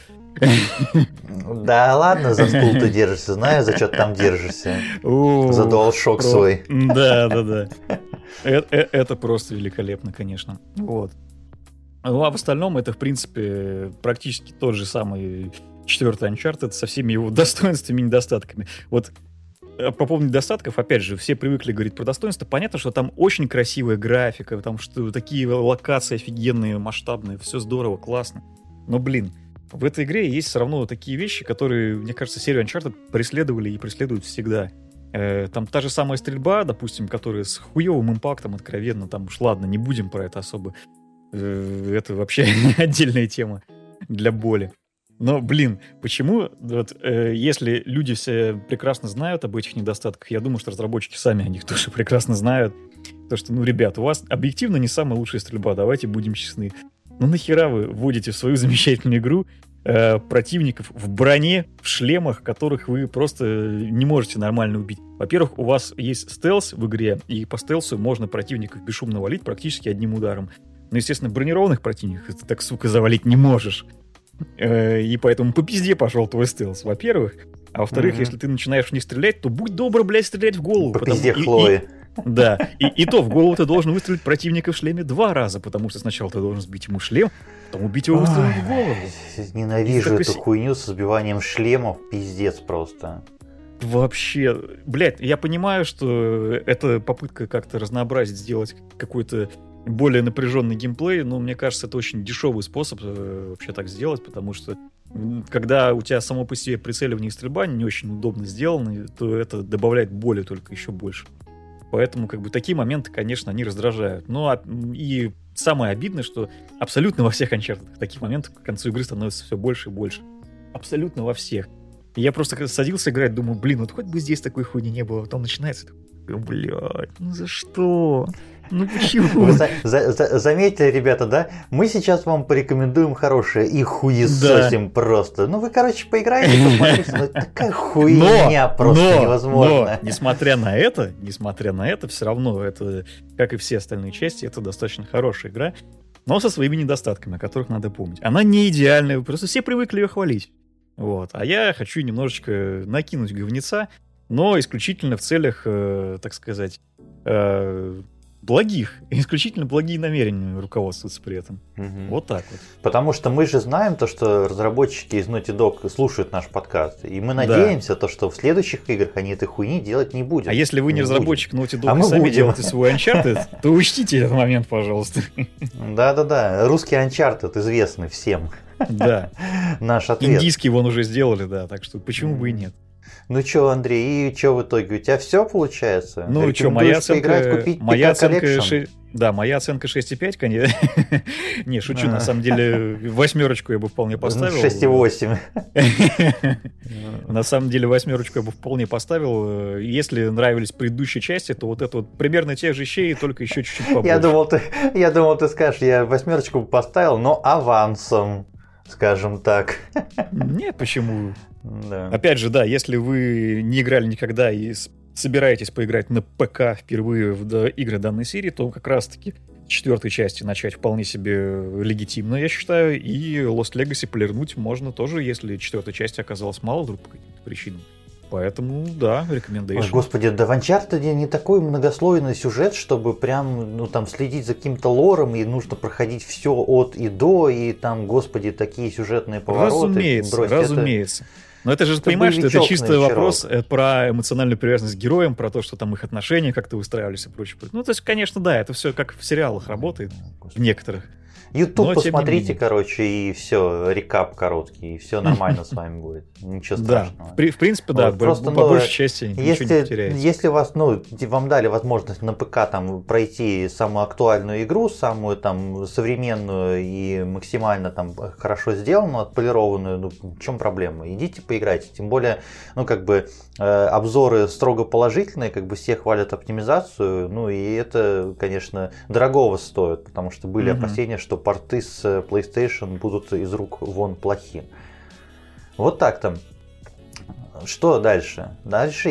Да ладно, за стул ты держишься, знаю, за что ты там держишься. За DualShock свой. Да. Это просто великолепно, конечно. Вот. Ну, а в остальном это, в принципе, практически тот же самый 4-й Uncharted со всеми его достоинствами и недостатками. Вот по поводу недостатков, опять же, все привыкли говорить про достоинства. Понятно, что там очень красивая графика, там что такие локации офигенные, масштабные, все здорово, классно. Но, блин, в этой игре есть все равно такие вещи, которые, мне кажется, серию Uncharted преследовали и преследуют всегда. Там та же самая стрельба, допустим, которая с хуевым импактом, откровенно, там уж ладно, не будем про это особо. Это вообще отдельная тема для боли. Но, блин, почему, вот, если люди все прекрасно знают об этих недостатках, я думаю, что разработчики сами о них тоже прекрасно знают, то что, ну, ребят, у вас объективно не самая лучшая стрельба, давайте будем честны. Ну нахера вы вводите в свою замечательную игру противников в броне, в шлемах, которых вы просто не можете нормально убить? Во-первых, у вас есть стелс в игре, и по стелсу можно противников бесшумно валить практически одним ударом. Но, естественно, бронированных противников ты так, сука, завалить не можешь. И поэтому по пизде пошел твой стелс, во-первых. А во-вторых, если ты начинаешь в них стрелять, то будь добр, блядь, стрелять в голову. По пизде Хлои. Да, и то в голову ты должен выстрелить противника в шлеме 2 раза, потому что сначала ты должен сбить ему шлем, потом убить его выстрелом в голову. Ненавижу эту хуйню с сбиванием шлемов, пиздец просто. Вообще, блядь, я понимаю, что это попытка как-то разнообразить, сделать какой-то более напряженный геймплей, но мне кажется, это очень дешевый способ вообще так сделать, потому что когда у тебя само по себе прицеливание и стрельба не очень удобно сделаны, то это добавляет боли только еще больше. Поэтому, как бы, такие моменты, конечно, они раздражают. Ну, и самое обидное, что абсолютно во всех Uncharted таких моментов к концу игры становится все больше и больше. Абсолютно во всех. И я просто садился играть, думаю, блин, вот хоть бы здесь такой хуйни не было. Потом начинается, блядь, ну за что? Ну почему? Вы заметили, ребята, да? Мы сейчас вам порекомендуем хорошее и хуесосим просто. Ну вы, короче, поиграете, посмотрите, ну такая хуйня просто невозможно. Но, несмотря на это, все равно это, как и все остальные части, это достаточно хорошая игра, но со своими недостатками, о которых надо помнить. Она не идеальная, просто все привыкли ее хвалить. Вот. А я хочу немножечко накинуть говнеца, но исключительно в целях, так сказать, исключительно благие намерения руководствуются при этом. Вот так вот. Потому что мы же знаем то, что разработчики из Naughty Dog слушают наш подкаст, и мы надеемся, то, что в следующих играх они этой хуйни делать не будут. А если вы не разработчик Naughty Dog и сами делаете свой Uncharted, то учтите этот момент, пожалуйста. Да-да-да, русский Uncharted известный всем. Да. Наш ответ. Индийский вон уже сделали, да, так что почему бы и нет. Ну чё, Андрей, и чё в итоге? У тебя все получается? Ну чё, моя оценка... Моя оценка 6,5, конечно. Не, шучу, на самом деле 8 я бы вполне поставил. 6,8. На самом деле 8 я бы вполне поставил. Если нравились предыдущие части, то вот это вот примерно тех же щей, только еще чуть-чуть побольше. Я думал, ты скажешь, я 8 бы поставил, но авансом. скажем так. Нет, почему? Да. Опять же, да, если вы не играли никогда и собираетесь поиграть на ПК впервые в игры данной серии, то как раз-таки с 4 части начать вполне себе легитимно, я считаю, и Lost Legacy полирнуть можно тоже, если 4 части оказалось мало вдруг по каким-то причинам. Поэтому, да, рекомендation. Ой, господи, да в Uncharted не такой многослойный сюжет, чтобы прям, ну, там, следить за каким-то лором, и нужно проходить все от и до, и там, господи, такие сюжетные повороты. Разумеется. Но это же, понимаешь, что это чисто вопрос про эмоциональную привязанность к героям, про то, что там их отношения как-то выстраивались и прочее. Ну, то есть, конечно, да, это все как в сериалах работает, в некоторых. YouTube посмотрите, короче, и все, рекап короткий, и все нормально с вами будет. Ничего страшного. Да, в принципе, да, вот, просто, по большей части ничего не потеряете. Если вас, вам дали возможность на ПК там пройти самую актуальную игру, самую там современную и максимально там хорошо сделанную, отполированную, в чем проблема? Идите поиграйте. Тем более, обзоры строго положительные, все хвалят оптимизацию, и это, конечно, дорогого стоит, потому что были опасения, что порты с PlayStation будут из рук вон плохи. Вот так там. Что дальше? Дальше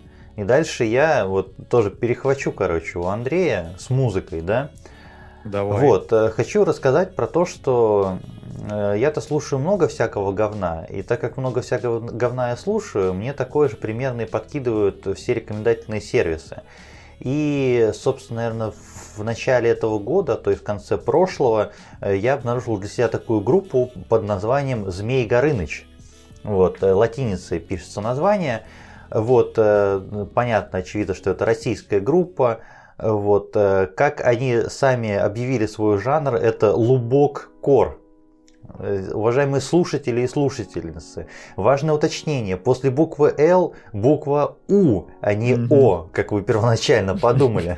я вот тоже перехвачу, у Андрея с музыкой, да? Давай. Вот, хочу рассказать про то, что я-то слушаю много всякого говна, и так как много всякого говна я слушаю, мне такое же примерно и подкидывают все рекомендательные сервисы. И, собственно, наверное, в начале этого года, то есть в конце прошлого, я обнаружил для себя такую группу под названием «Змей Горыныч». Вот, латиницей пишется название. Вот, понятно, очевидно, что это российская группа. Вот, как они сами объявили свой жанр, это лубок-кор. Уважаемые слушатели и слушательницы, важное уточнение. После буквы «Л» буква «У», а не «О», как вы первоначально подумали.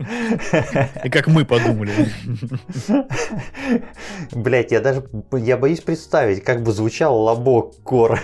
И как мы подумали. Блять, я боюсь представить, как бы звучал лобок-кор.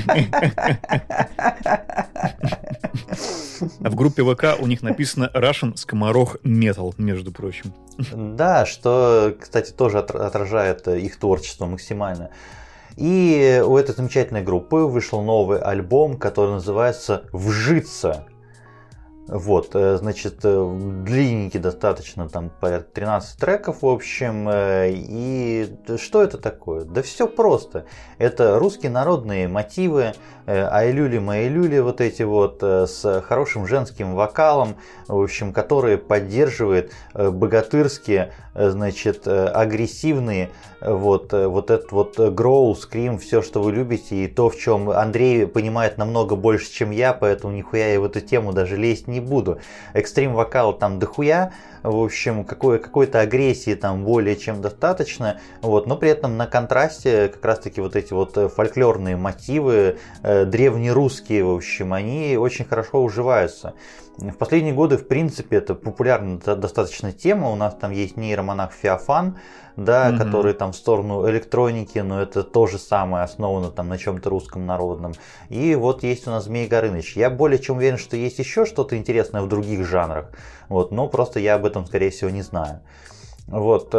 А в группе ВК у них написано Russian Скоморох Metal, между прочим. Да, что, кстати, тоже отражает их творчество максимально. И у этой замечательной группы вышел новый альбом, который называется «Вжиться». Вот, значит, длинненький достаточно, там порядка 13 треков, в общем. И что это такое? Да все просто. Это русские народные мотивы, ай-люли, мои-люли, вот эти вот, с хорошим женским вокалом, в общем, которые поддерживают богатырские, значит, агрессивные, вот этот вот гроул, скрим, все, что вы любите, и то, в чем Андрей понимает намного больше, чем я, поэтому нихуя я в эту тему даже лезть не буду. Экстрим вокал там дохуя, в общем, какой-то агрессии там более чем достаточно, вот, но при этом на контрасте как раз-таки вот эти вот фольклорные мотивы, древнерусские, в общем, они очень хорошо уживаются. В последние годы, в принципе, это популярная достаточно тема. У нас там есть нейромонах Феофан, да, который там в сторону электроники, но это то же самое, основано там на чем-то русском народном. И вот есть у нас Змей Горыныч. Я более чем уверен, что есть еще что-то интересное в других жанрах, вот, но просто я об этом, скорее всего, не знаю. Вот,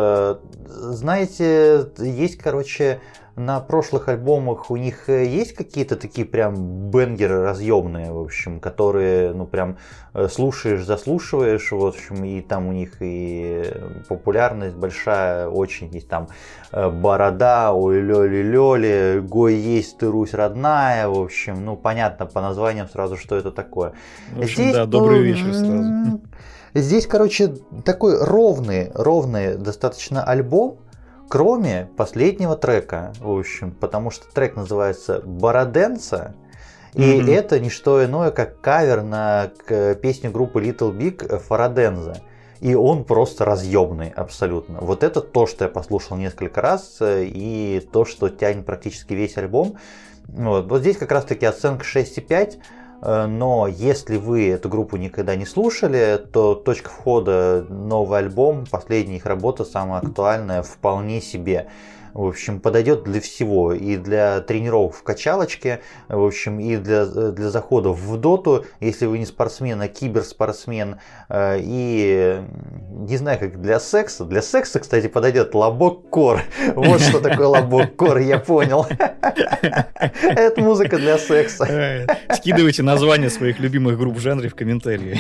знаете, есть, короче, на прошлых альбомах у них есть какие-то такие прям бенгеры разъемные, в общем, которые, прям слушаешь, заслушиваешь, в общем, и там у них и популярность большая очень, есть там Борода, ой, лёли-лёли, Гой есть ты, Русь родная, в общем, понятно по названиям сразу, что это такое. В общем, здесь, да, добрый вечер сразу. Здесь, короче, такой ровный достаточно альбом, кроме последнего трека, в общем, потому что трек называется «Бороденца», и это не что иное, как кавер на песню группы Little Big «Фараденза». И он просто разъемный абсолютно. Вот это то, что я послушал несколько раз, и то, что тянет практически весь альбом. Вот здесь как раз таки оценка 6,5. Но если вы эту группу никогда не слушали, то точка входа новый альбом, последняя их работа, самая актуальная, вполне себе. в общем, подойдет для всего. И для тренировок в качалочке, в общем, и для заходов в доту, если вы не спортсмен, а киберспортсмен. И не знаю, как для секса. Для секса, кстати, подойдет Лобок Кор. Вот что такое Лобок Кор, я понял. Это музыка для секса. Скидывайте названия своих любимых групп в жанре в комментарии.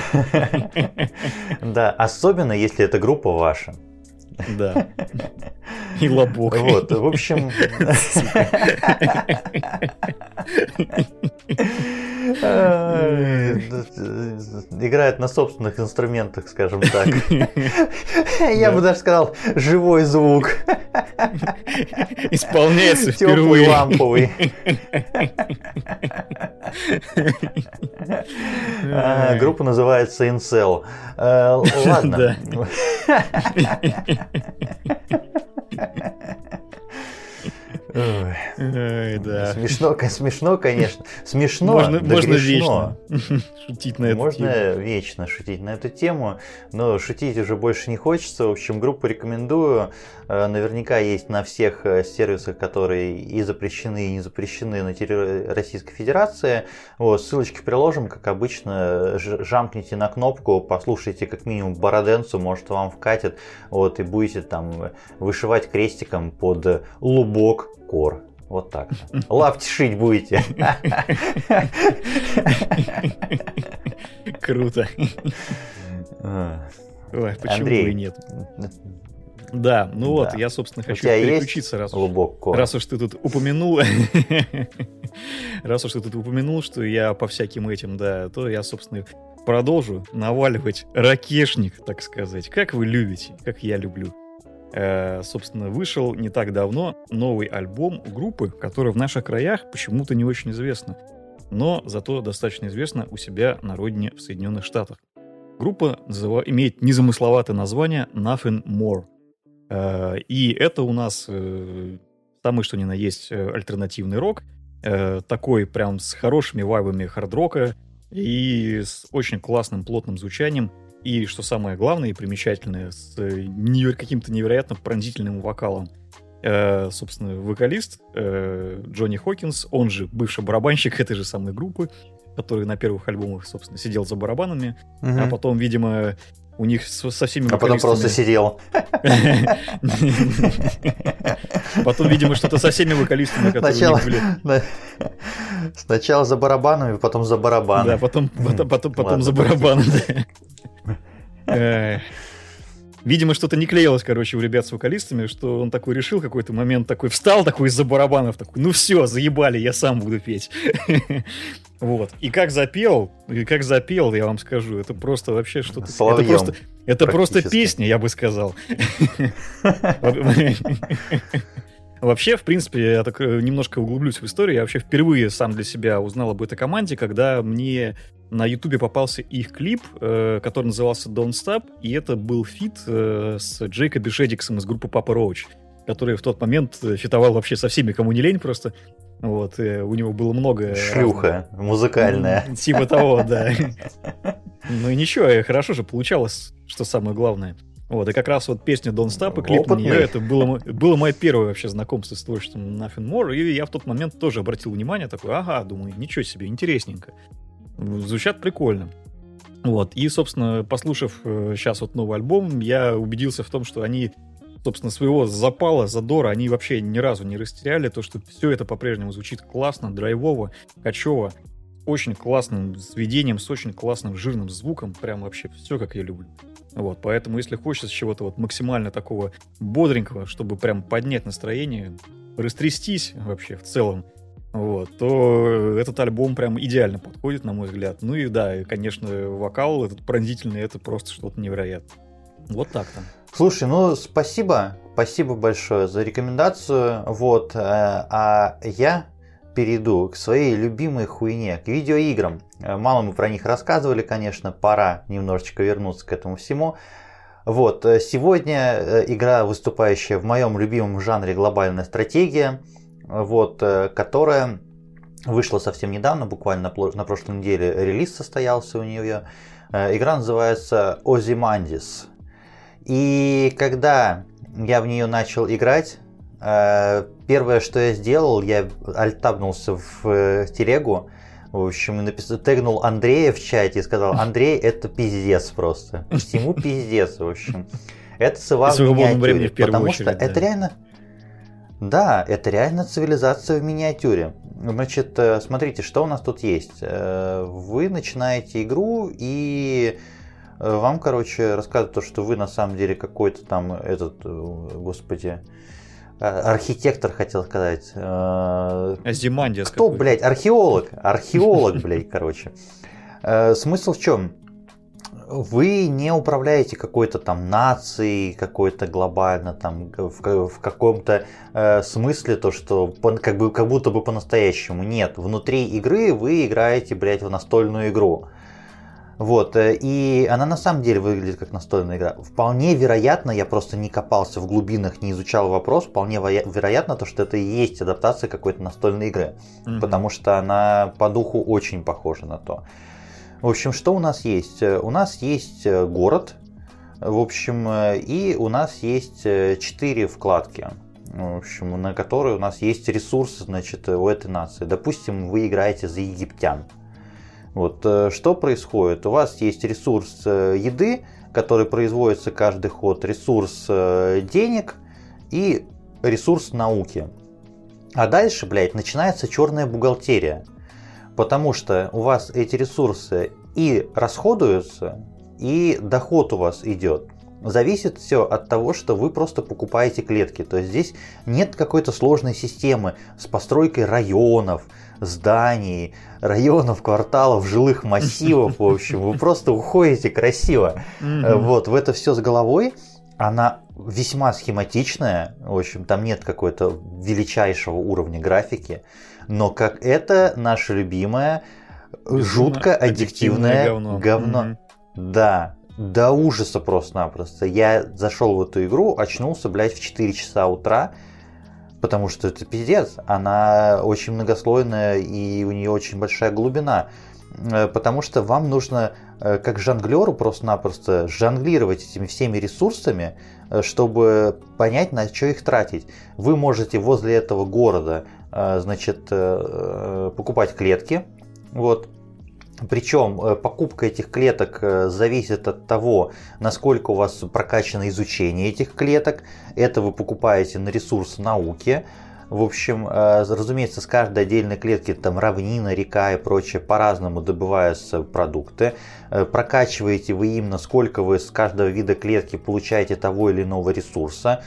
Да, особенно если эта группа ваша. Да. И Лобок. Вот, в общем... Играет на собственных инструментах, скажем так. Я бы даже сказал, живой звук. Исполняется теплый, впервые. ламповый. Группа называется Incel. Ладно. Да. Смешно, конечно. Смешно, можно грешно. вечно шутить на эту тему. Можно вечно шутить на эту тему, но шутить уже больше не хочется. В общем, группу рекомендую. Наверняка есть на всех сервисах, которые и запрещены, и не запрещены на территории Российской Федерации. Вот, ссылочки приложим, как обычно. Жамкните на кнопку, послушайте как минимум Бороденцу, может вам вкатит. Вот, и будете там вышивать крестиком под Лубок Кор. Вот так. Лапти шить будете. Круто. Ой, почему Андрей, бы и нет? Да, ну вот, да. я, собственно, У хочу тебя переключиться, есть Лубок Кор? раз уж ты тут упомянул, что я по всяким этим, да, то я, собственно, продолжу наваливать ракешник, так сказать, как вы любите, как я люблю. Собственно, вышел не так давно новый альбом группы, которая в наших краях почему-то не очень известна, но зато достаточно известна у себя на родине в Соединенных Штатах. Группа имеет незамысловатое название Nothing More. И это у нас самый что ни на есть альтернативный рок, такой прям с хорошими вайбами хард-рока и с очень классным плотным звучанием. И, что самое главное и примечательное, с каким-то невероятно пронзительным вокалом. Собственно, вокалист Джонни Хокинс, он же бывший барабанщик этой же самой группы, который на первых альбомах, собственно, сидел за барабанами, а потом, видимо, у них со всеми вокалистами... А потом просто сидел. Потом, видимо, что-то со всеми вокалистами, которые у них были... Сначала за барабанами, потом за барабаны. Да, потом за барабаны. Видимо, что-то не клеилось, короче, у ребят с вокалистами, что он такой решил какой-то момент, такой встал, такой из-за барабанов, такой, ну все, заебали, я сам буду петь. Вот. И как запел, я вам скажу, это просто вообще что-то... Соловьем. Это просто песня, я бы сказал. Вообще, в принципе, я так немножко углублюсь в историю. Я вообще впервые сам для себя узнал об этой команде, когда мне на Ютубе попался их клип, который назывался Don't Stop, и это был фит с Джейкоби Шеддиксом из группы Papa Roach, который в тот момент фитовал вообще со всеми, кому не лень просто. Вот, у него было много... Шлюха музыкальная. Типа того, да. Ну и ничего, хорошо же получалось, что самое главное. Вот, и как раз вот песня Don't Stop и клип на нее, это было мое первое вообще знакомство с творчеством Nothing More, и я в тот момент тоже обратил внимание, такой, ага, думаю, ничего себе, интересненько. Звучат прикольно. Вот, и, собственно, послушав сейчас вот новый альбом, я убедился в том, что они, собственно, своего запала, задора, они вообще ни разу не растеряли, то, что все это по-прежнему звучит классно, драйвово, качево, очень классным сведением, с очень классным жирным звуком, прям вообще все, как я люблю. Вот, поэтому, если хочется чего-то вот максимально такого бодренького, чтобы прям поднять настроение, растрястись вообще в целом, вот, то этот альбом прям идеально подходит, на мой взгляд. Ну и да, и, конечно, вокал этот пронзительный, это просто что-то невероятное. Вот так-то. Слушай, ну спасибо большое за рекомендацию, вот, а я перейду к своей любимой хуйне, к видеоиграм. Мало мы про них рассказывали, конечно, пора немножечко вернуться к этому всему. Вот, сегодня игра, выступающая в моем любимом жанре глобальная стратегия, вот, которая вышла совсем недавно, буквально на прошлой неделе релиз состоялся у нее. Игра называется Ozymandias. И когда я в нее начал играть, Первое, что я сделал, я альтабнулся в телегу, в общем, тегнул Андрея в чате и сказал: Андрей, это пиздец просто. Всему пиздец, в общем. Это СВА в миниатюре, потому что это реально... Да, это реально цивилизация в миниатюре. Значит, смотрите, что у нас тут есть. Вы начинаете игру, и вам, короче, рассказывают, что вы на самом деле какой-то там архитектор, хотел сказать. Азимандиас. Кто, блядь, археолог? Археолог, блядь, короче. Смысл в чем? Вы не управляете какой-то там нацией, какой-то глобально там в каком-то смысле, то что как будто бы по-настоящему. Нет, внутри игры вы играете, блядь, в настольную игру. Вот, и она на самом деле выглядит как настольная игра. Вполне вероятно, я просто не копался в глубинах, не изучал вопрос, вполне вероятно, то, что это и есть адаптация какой-то настольной игры. Потому что она по духу очень похожа на то. В общем, что у нас есть? У нас есть город, в общем, и у нас есть 4 вкладки, в общем, на которые у нас есть ресурсы, значит, у этой нации. Допустим, вы играете за египтян. Вот, что происходит? У вас есть ресурс еды, который производится каждый ход, ресурс денег и ресурс науки. А дальше, блядь, начинается черная бухгалтерия. Потому что у вас эти ресурсы и расходуются, и доход у вас идет. Зависит все от того, что вы просто покупаете клетки. То есть здесь нет какой-то сложной системы с постройкой районов, зданий, районов, кварталов, жилых массивов. В общем, вы просто уходите красиво. Вот, в это все с головой. Она весьма схематичная. В общем, там нет какой-то величайшего уровня графики. Но как это наше любимое, жутко аддиктивное говно. Да, до ужаса просто-напросто. Я зашел в эту игру, очнулся, блядь, в 4 часа утра, потому что это пиздец. Она очень многослойная и у нее очень большая глубина. Потому что вам нужно, как жонглеру, просто-напросто жонглировать этими всеми ресурсами, чтобы понять, на что их тратить. Вы можете возле этого города, значит, покупать клетки. Вот. Причем покупка этих клеток зависит от того, насколько у вас прокачано изучение этих клеток. Это вы покупаете на ресурс науки. В общем, разумеется, с каждой отдельной клетки, там равнина, река и прочее, по-разному добываются продукты. Прокачиваете вы именно, сколько вы с каждого вида клетки получаете того или иного ресурса.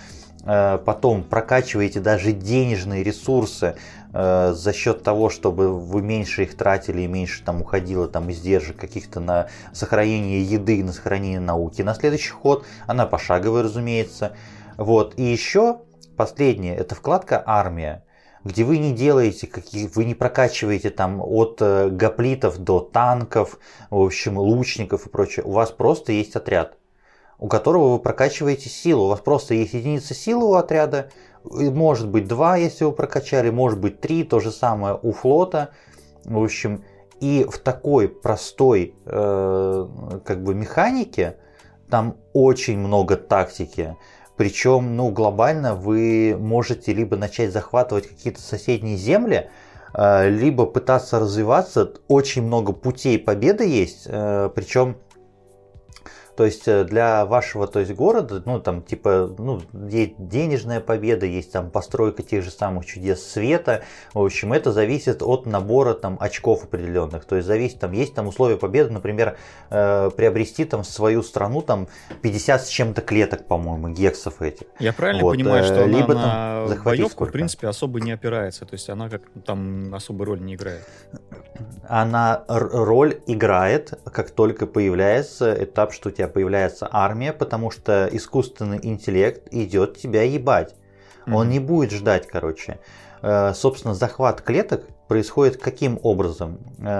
Потом прокачиваете даже денежные ресурсы за счет того, чтобы вы меньше их тратили и меньше там уходило там издержек каких-то на сохранение еды, на сохранение науки. На следующий ход она пошаговая, разумеется. Вот. И еще последнее, это вкладка «Армия», где вы не делаете, вы не прокачиваете там от гоплитов до танков, в общем, лучников и прочее. У вас просто есть отряд, у которого вы прокачиваете силу. У вас просто есть единица силы у отряда, может быть 2, если вы прокачали, может быть 3, то же самое у флота. В общем, и в такой простой механике там очень много тактики. Причем, глобально вы можете либо начать захватывать какие-то соседние земли, либо пытаться развиваться. Очень много путей победы есть, причем, то есть для вашего, то есть города, есть денежная победа, есть там постройка тех же самых чудес света. В общем, это зависит от набора там очков определенных. То есть зависит, там есть там условия победы, например, приобрести там свою страну там 50 с чем-то клеток, по-моему, гексов этих. Я правильно понимаю, что либо она на боевку, в принципе, особо не опирается, то есть она как там особой роли не играет? Она роль играет, как только появляется этап, что у тебя появляется армия, потому что искусственный интеллект идет тебя ебать. Он не будет ждать, короче. Собственно, захват клеток происходит каким образом?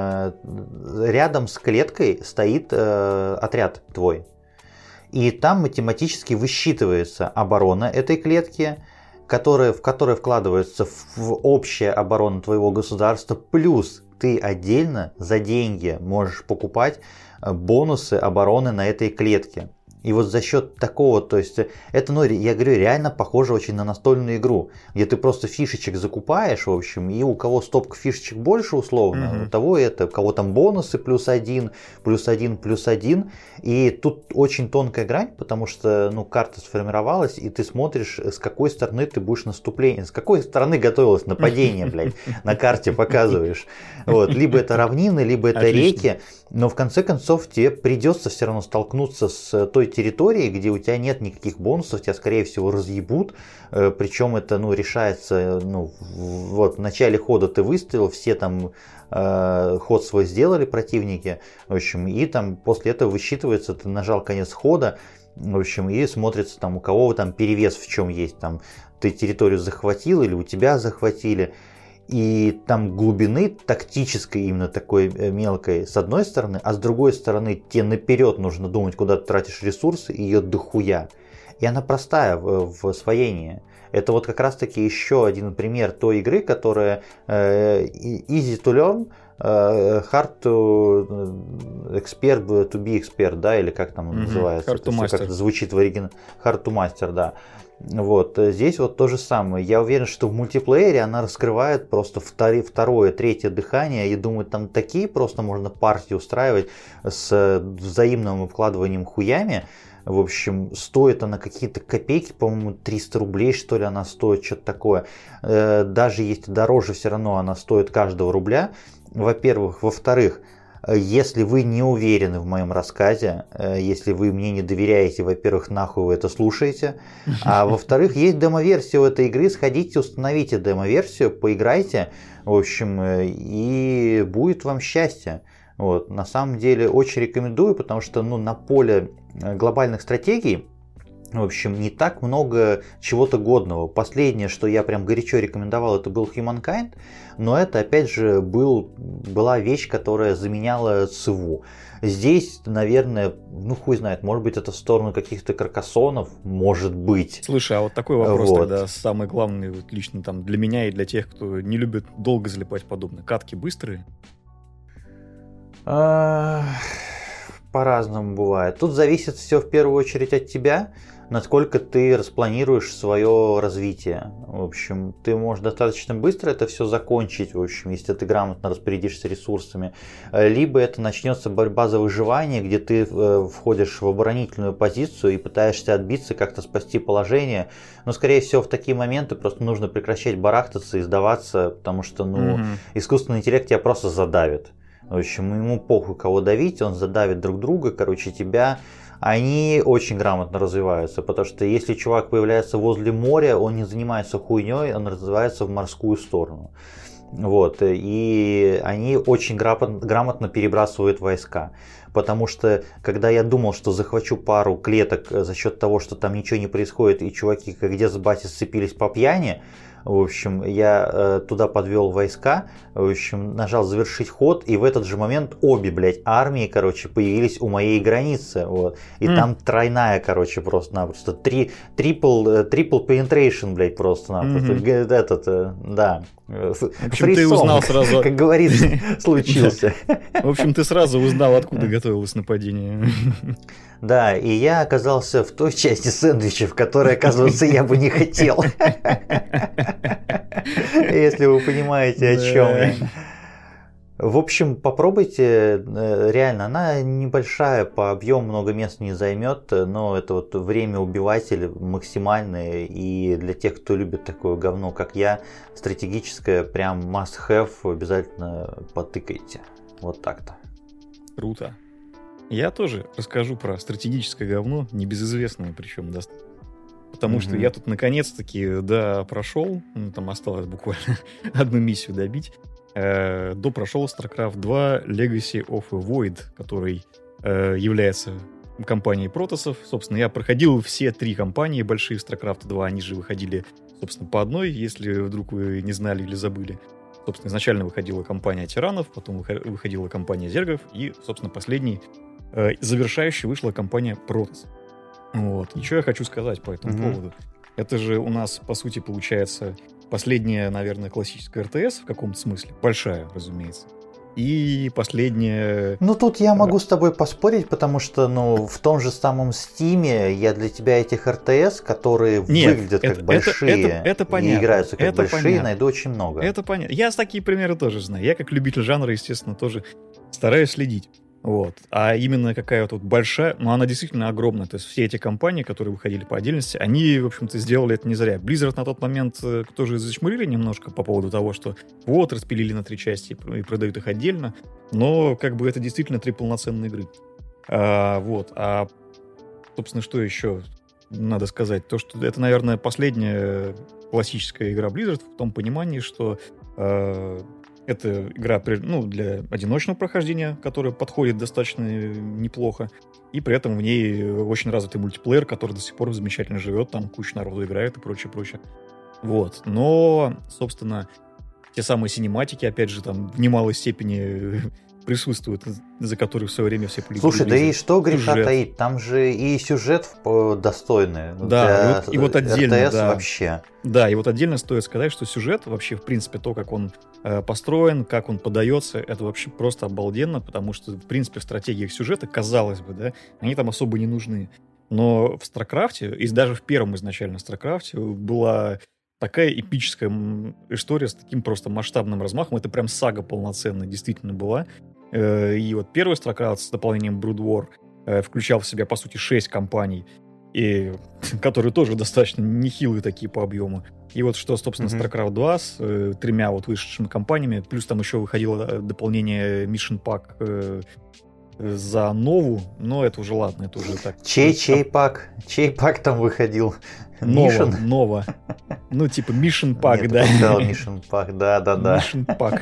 Рядом с клеткой стоит отряд твой. И там математически высчитывается оборона этой клетки, в которой вкладывается в общая оборона твоего государства, плюс ты отдельно за деньги можешь покупать бонусы обороны на этой клетке. И вот за счет такого, то есть это, ну, я говорю, реально похоже очень на настольную игру, где ты просто фишечек закупаешь, в общем, и у кого стопка фишечек больше условно, у того это, у кого там бонусы +1, +1, +1. И тут очень тонкая грань, потому что, ну, карта сформировалась, и ты смотришь, с какой стороны ты будешь наступление, с какой стороны готовилось нападение, блядь, на карте показываешь. Вот, либо это равнины, либо это реки, но в конце концов тебе придется все равно столкнуться с той территорией, где у тебя нет никаких бонусов, тебя скорее всего разъебут, причем это, ну, решается, ну, вот в начале хода ты выстрелил, все там ход свой сделали противники, в общем, и там после этого высчитывается, ты нажал конец хода, в общем, и смотрится там у кого там перевес в чем есть, там ты территорию захватил или у тебя захватили. И там глубины тактической именно такой мелкой с одной стороны, а с другой стороны тебе наперед нужно думать, куда ты тратишь ресурсы, и ее дохуя. И она простая в освоении. Это вот как раз таки еще один пример той игры, которая easy to learn, hard to expert, to be expert, да, или как там называется. Hard to master. Как это звучит в оригинале. Hard to master, да. Вот, здесь вот то же самое. Я уверен, что в мультиплеере она раскрывает просто второе, третье дыхание. Я думаю, там такие просто можно партии устраивать с взаимным вкладыванием хуями. В общем, стоит она какие-то копейки, по-моему, 300 рублей, что ли, она стоит, что-то такое. Даже если дороже, все равно она стоит каждого рубля. Во-первых. Во-вторых, если вы не уверены в моем рассказе, если вы мне не доверяете, во-первых, нахуй вы это слушаете, а во-вторых, есть демо-версия у этой игры, сходите, установите демо-версию, поиграйте, в общем, и будет вам счастье. Вот. На самом деле очень рекомендую, потому что, ну, на поле глобальных стратегий, в общем, не так много чего-то годного. Последнее, что я прям горячо рекомендовал, это был Humankind, но это, опять же, была вещь, которая заменяла ЦИВу. Здесь, наверное, ну хуй знает, может быть, это в сторону каких-то каркасонов, может быть. Слушай, а вот такой вопрос вот. тогда самый главный, вот лично там для меня и для тех, кто не любит долго залипать подобно. Катки быстрые? По-разному бывает. Тут зависит все в первую очередь от тебя, насколько ты распланируешь свое развитие. В общем, ты можешь достаточно быстро это все закончить, в общем, если ты грамотно распорядишься ресурсами. Либо это начнется борьба за выживание, где ты входишь в оборонительную позицию и пытаешься отбиться, как-то спасти положение. Но, скорее всего, в такие моменты просто нужно прекращать барахтаться и сдаваться, потому что, искусственный интеллект тебя просто задавит. В общем, ему похуй, кого давить, он задавит друг друга, короче, тебя. Они очень грамотно развиваются, потому что если чувак появляется возле моря, он не занимается хуйней, он развивается в морскую сторону. Вот, и они очень грамотно перебрасывают войска. Потому что, когда я думал, что захвачу пару клеток за счет того, что там ничего не происходит, и чуваки как где с бати сцепились по пьяни, в общем, я туда подвел войска, в общем, нажал завершить ход, и в этот же момент обе, блядь, армии, короче, появились у моей границы, вот. И там тройная, короче, просто-напросто, triple penetration, блядь, просто-напросто, да. В общем, ты узнал сразу... Как говорится, случился. В общем, ты сразу узнал, откуда готовилось нападение. Да, и я оказался в той части сэндвича, в которой, оказывается, я бы не хотел. Если вы понимаете, о чем я. В общем, попробуйте, реально, она небольшая, по объему много мест не займет, но это вот время убиватель максимальное, и для тех, кто любит такое говно, как я, стратегическое, прям must have, обязательно потыкайте. Вот так-то. Круто. Я тоже расскажу про стратегическое говно, небезызвестное причем, да. Потому что я тут наконец-таки, да, прошел, там осталось буквально одну миссию добить, допрошел StarCraft 2 Legacy of Void, который является компанией Протоссов. Собственно, я проходил все 3 кампании большие StarCraft 2, они же выходили, собственно, по одной, если вдруг вы не знали или забыли. Собственно, изначально выходила кампания Тиранов, потом выходила кампания Зергов, и, собственно, последний, завершающей вышла кампания Протоссов. Вот. И что я хочу сказать по этому поводу? Это же у нас, по сути, получается последняя, наверное, классическая РТС в каком-то смысле. Большая, разумеется. И последнее... Ну, тут я могу с тобой поспорить, потому что, ну, в том же самом Стиме я для тебя этих РТС, которые выглядят как большие это и играются как большие, понятно. найду очень много. Это понятно. Я такие примеры тоже знаю. Я как любитель жанра, естественно, тоже стараюсь следить. Вот. А именно какая вот большая, ну, она действительно огромная. То есть все эти компании, которые выходили по отдельности, они, в общем-то, сделали это не зря. Blizzard на тот момент тоже зачмурили немножко по поводу того, что вот, распилили на 3 части и продают их отдельно, но как бы это действительно 3 полноценные игры. Вот. А, собственно, что еще надо сказать? То, что это, наверное, последняя классическая игра Blizzard в том понимании, что это игра, ну, для одиночного прохождения, которая подходит достаточно неплохо. И при этом в ней очень развитый мультиплеер, который до сих пор замечательно живет. Там куча народу играет и прочее, прочее. Вот. Но, собственно, те самые синематики, опять же, там в немалой степени присутствуют, за которые в свое время все полюбили. Слушай, да и что греха таить, там же и сюжет достойный. Да, и вот отдельно, РТС вообще. Да, и вот отдельно стоит сказать, что сюжет вообще, в принципе, то, как он построен, как он подается, это вообще просто обалденно, потому что, в принципе, в стратегиях сюжета, казалось бы, да, они там особо не нужны. Но в StarCraft'е, и даже в первом изначально StarCraft'е была такая эпическая история с таким просто масштабным размахом. Это прям сага полноценная действительно была. И вот первый StarCraft с дополнением Brood War включал в себя, по сути, 6 кампаний, и, которые тоже достаточно нехилые такие по объему. И вот что, собственно, StarCraft 2 с 3 вот вышедшими кампаниями, плюс там еще выходило дополнение Mission Pack за нову, но это уже ладно, это уже так. Чей пак? Чей пак там выходил? Нова. Ну, типа Mission Pack, Нет, да. Да, Mission Pack, да. Mission Pack.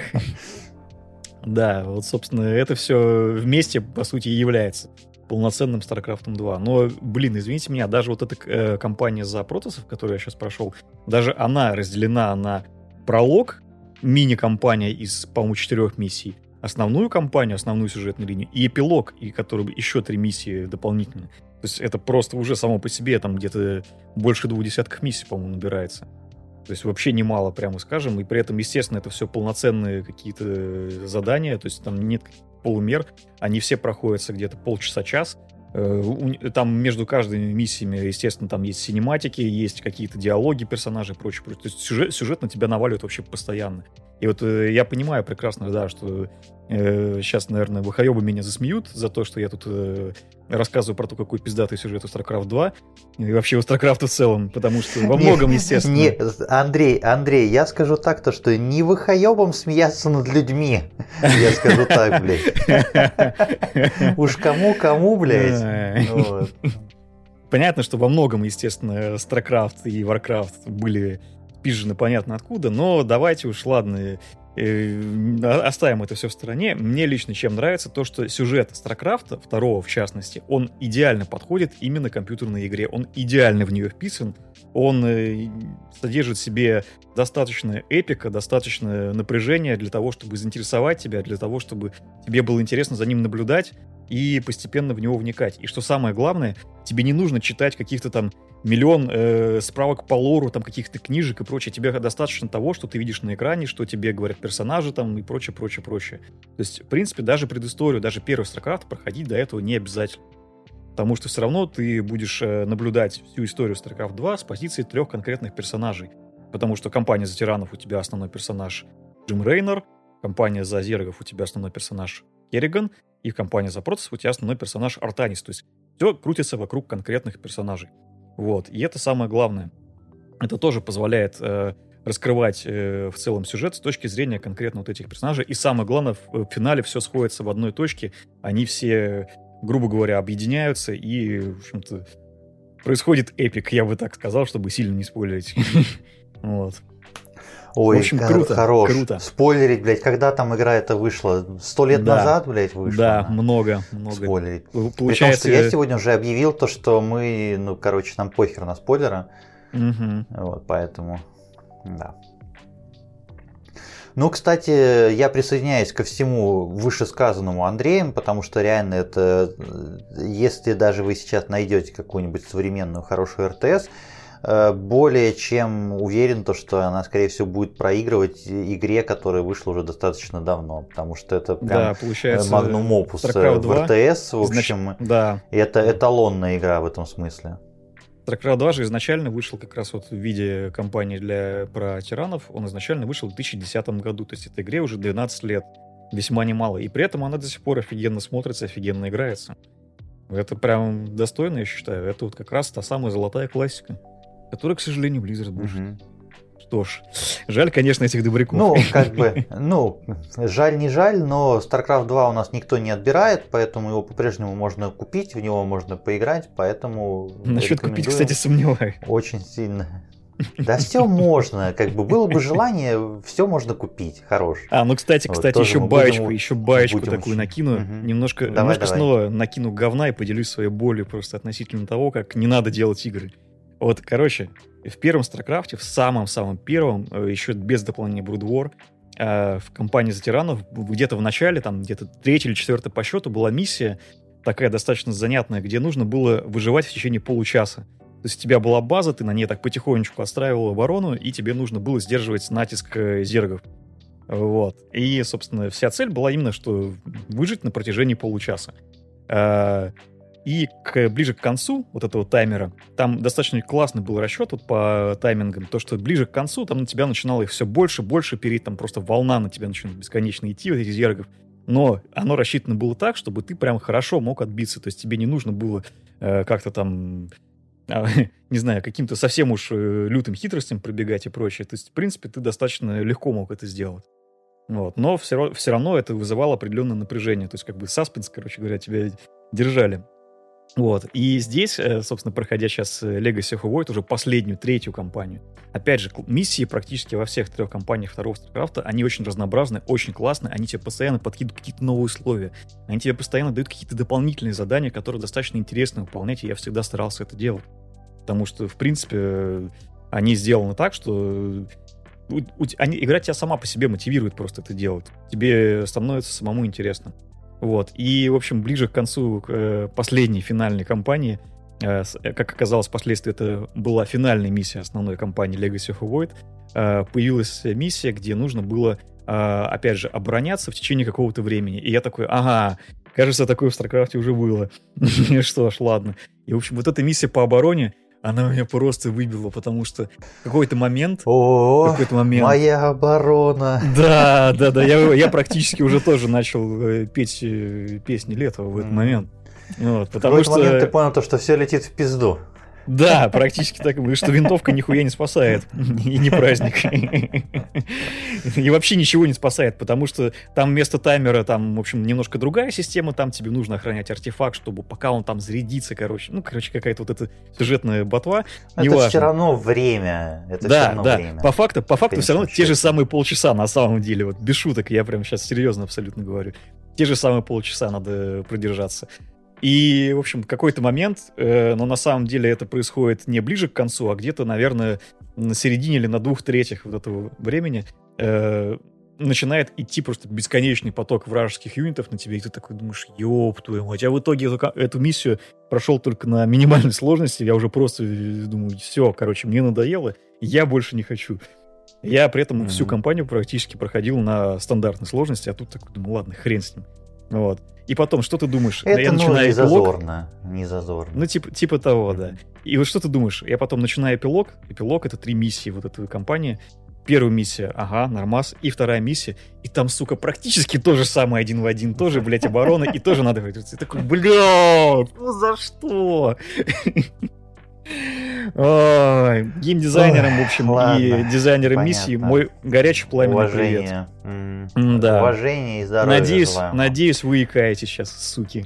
Да, вот, собственно, это все вместе, по сути, и является полноценным StarCraft 2. Но, блин, извините меня, даже вот эта кампания за протоссов, которую я сейчас прошел, даже она разделена на пролог, мини-кампания из, по-моему, 4 миссий, основную кампанию, основную сюжетную линию, и эпилог, и который еще 3 миссии дополнительные. То есть это просто уже само по себе там где-то больше 2 десятков миссий, по-моему, набирается. То есть вообще немало, прямо скажем, и при этом, естественно, это все полноценные какие-то задания, то есть там нет полумер, они все проходятся где-то полчаса-час. Там между каждыми миссиями, естественно, там есть синематики, есть какие-то диалоги персонажей и прочее. То есть сюжет на тебя наваливает вообще постоянно. И вот я понимаю прекрасно, да, что сейчас, наверное, выхоебы меня засмеют за то, что я тут рассказываю про то, какой пиздатый сюжет у StarCraft 2 и вообще у StarCraft в целом, потому что во многом, естественно... Не, Андрей, я скажу так, то, что не выхоебом смеяться над людьми. Я скажу так, блядь. Уж кому, блядь. Понятно, что во многом, естественно, StarCraft и Warcraft были пизжены понятно откуда, но давайте уж, ладно, оставим это все в стороне. Мне лично чем нравится то, что сюжет StarCraft, второго в частности, он идеально подходит именно компьютерной игре. Он идеально в нее вписан. Он содержит в себе достаточно эпика, достаточно напряжения для того, чтобы заинтересовать тебя, для того, чтобы тебе было интересно за ним наблюдать и постепенно в него вникать. И что самое главное, тебе не нужно читать каких-то там миллион справок по лору, там каких-то книжек и прочее. Тебе достаточно того, что ты видишь на экране, что тебе говорят персонажи там и прочее, прочее, прочее. То есть, в принципе, даже предысторию, даже первый StarCraft проходить до этого не обязательно. Потому что все равно ты будешь наблюдать всю историю StarCraft 2 с позиции 3 конкретных персонажей. Потому что компания за тиранов у тебя основной персонаж Джим Рейнер, компания за зергов у тебя основной персонаж Керриган, и компания за протоссов у тебя основной персонаж Артанис. То есть все крутится вокруг конкретных персонажей. Вот. И это самое главное. Это тоже позволяет раскрывать в целом сюжет с точки зрения конкретно вот этих персонажей. И самое главное, в финале все сходится в одной точке. Они все, грубо говоря, объединяются, и, в общем-то, происходит эпик, я бы так сказал, чтобы сильно не спойлерить. Вот. Ой, в общем, круто, хорош. Круто. Спойлерить, блядь, когда там игра эта вышла? 100 лет назад, блядь, вышла? Да, много. Спойлерить. Получается... При том, что я сегодня уже объявил то, что мы, нам похер на спойлеры. Вот, поэтому, да. Ну, кстати, я присоединяюсь ко всему вышесказанному Андреем, потому что реально это, если даже вы сейчас найдете какую-нибудь современную хорошую РТС, более чем уверен, что она, скорее всего, будет проигрывать игре, которая вышла уже достаточно давно, потому что это прям Magnum Opus в РТС, в общем, это эталонная игра в этом смысле. StarCraft 2 же изначально вышел как раз вот в виде кампании про тиранов, он изначально вышел в 2010 году, то есть этой игре уже 12 лет, весьма немало, и при этом она до сих пор офигенно смотрится, офигенно играется. Это прям достойно, я считаю, это вот как раз та самая золотая классика, которая, к сожалению, Blizzard будет. Что ж, жаль, конечно, этих добряков. Жаль, не жаль, но StarCraft 2 у нас никто не отбирает, поэтому его по-прежнему можно купить, в него можно поиграть, поэтому... Насчет купить, кстати, сомневаюсь. Очень сильно. Да все можно, было бы желание, все можно купить, хорош. Кстати, еще баечку такую накину, немножко снова накину говна и поделюсь своей болью просто относительно того, как не надо делать игры. Вот, короче, в первом StarCraft'е, в самом-самом первом, еще без дополнения Brood War, в кампании за тиранов, где-то в начале, там где-то 3-я или 4-я по счету, была миссия, такая достаточно занятная, где нужно было выживать в течение получаса. То есть у тебя была база, ты на ней так потихонечку отстраивал оборону, и тебе нужно было сдерживать натиск зергов. Вот. И, собственно, вся цель была именно, что выжить на протяжении получаса. И ближе к концу вот этого таймера, там достаточно классный был расчет вот по таймингам, то, что ближе к концу там на тебя начинало их все больше перейти, там просто волна на тебя начинает бесконечно идти, вот этих зергов. Но оно рассчитано было так, чтобы ты прям хорошо мог отбиться, то есть тебе не нужно было как-то там, не знаю, каким-то совсем уж лютым хитростям пробегать и прочее. То есть, в принципе, ты достаточно легко мог это сделать. Вот. Но все равно это вызывало определенное напряжение, то есть саспенс, короче говоря, тебя держали. Вот. И здесь, собственно, проходя сейчас Legacy of Void, уже последнюю, 3-ю кампанию, опять же, миссии практически во всех 3 кампаниях второго StarCraft'а, они очень разнообразны, очень классные, они тебе постоянно подкидывают какие-то новые условия, они тебе постоянно дают какие-то дополнительные задания, которые достаточно интересно выполнять, и я всегда старался это делать. Потому что, в принципе, они сделаны так, что игра тебя сама по себе мотивирует просто это делать. Тебе становится самому интересно. Вот. И, в общем, ближе к концу последней финальной кампании, как оказалось впоследствии, это была финальная миссия основной кампании Legacy of Void, появилась миссия, где нужно было, опять же, обороняться в течение какого-то времени. И я такой, кажется, такое в StarCraft'е уже было. Что ж, ладно. И, в общем, вот эта миссия по обороне, она меня просто выбила, потому что в какой-то момент... моя оборона! Да, я практически уже тоже начал петь песни Летова в этот момент. Вот, потому в какой-то момент ты понял, что все летит в пизду. Да, практически так, что винтовка нихуя не спасает, и не праздник. И вообще ничего не спасает, потому что там вместо таймера, там, в общем, немножко другая система, там тебе нужно охранять артефакт, чтобы пока он там зарядится, короче, какая-то вот эта сюжетная ботва. Это все равно время. Время. По факту все равно те же самые полчаса на самом деле, вот без шуток, я прям сейчас серьезно абсолютно говорю. Те же самые полчаса надо продержаться. И, в общем, в какой-то момент, но на самом деле это происходит не ближе к концу, а где-то, наверное, на середине или на 2/3 вот этого времени начинает идти просто бесконечный поток вражеских юнитов на тебя, и ты такой думаешь, ёб твою мать. А в итоге эту миссию прошел только на минимальной сложности, я уже просто думаю, все, короче, мне надоело, я больше не хочу. Я при этом всю кампанию практически проходил на стандартной сложности, а тут такой думаю, ладно, хрен с ним. Вот. И потом, что ты думаешь? Это, я начинаю не эпилог. Не зазорно. Ну, типа того, да. И вот что ты думаешь? Я потом начинаю эпилог. Эпилог — это 3 миссии вот этой кампании. Первая миссия, нормас. И вторая миссия. И там, сука, практически то же самое, один в один. Тоже, блядь, оборона. И тоже надо выиграть. И такой, блядь, ну за что? Геймдизайнерам, в общем, и дизайнерам миссии мой горячий пламенный привет. Да. Уважение и здоровье. Надеюсь, вы икаете сейчас, суки.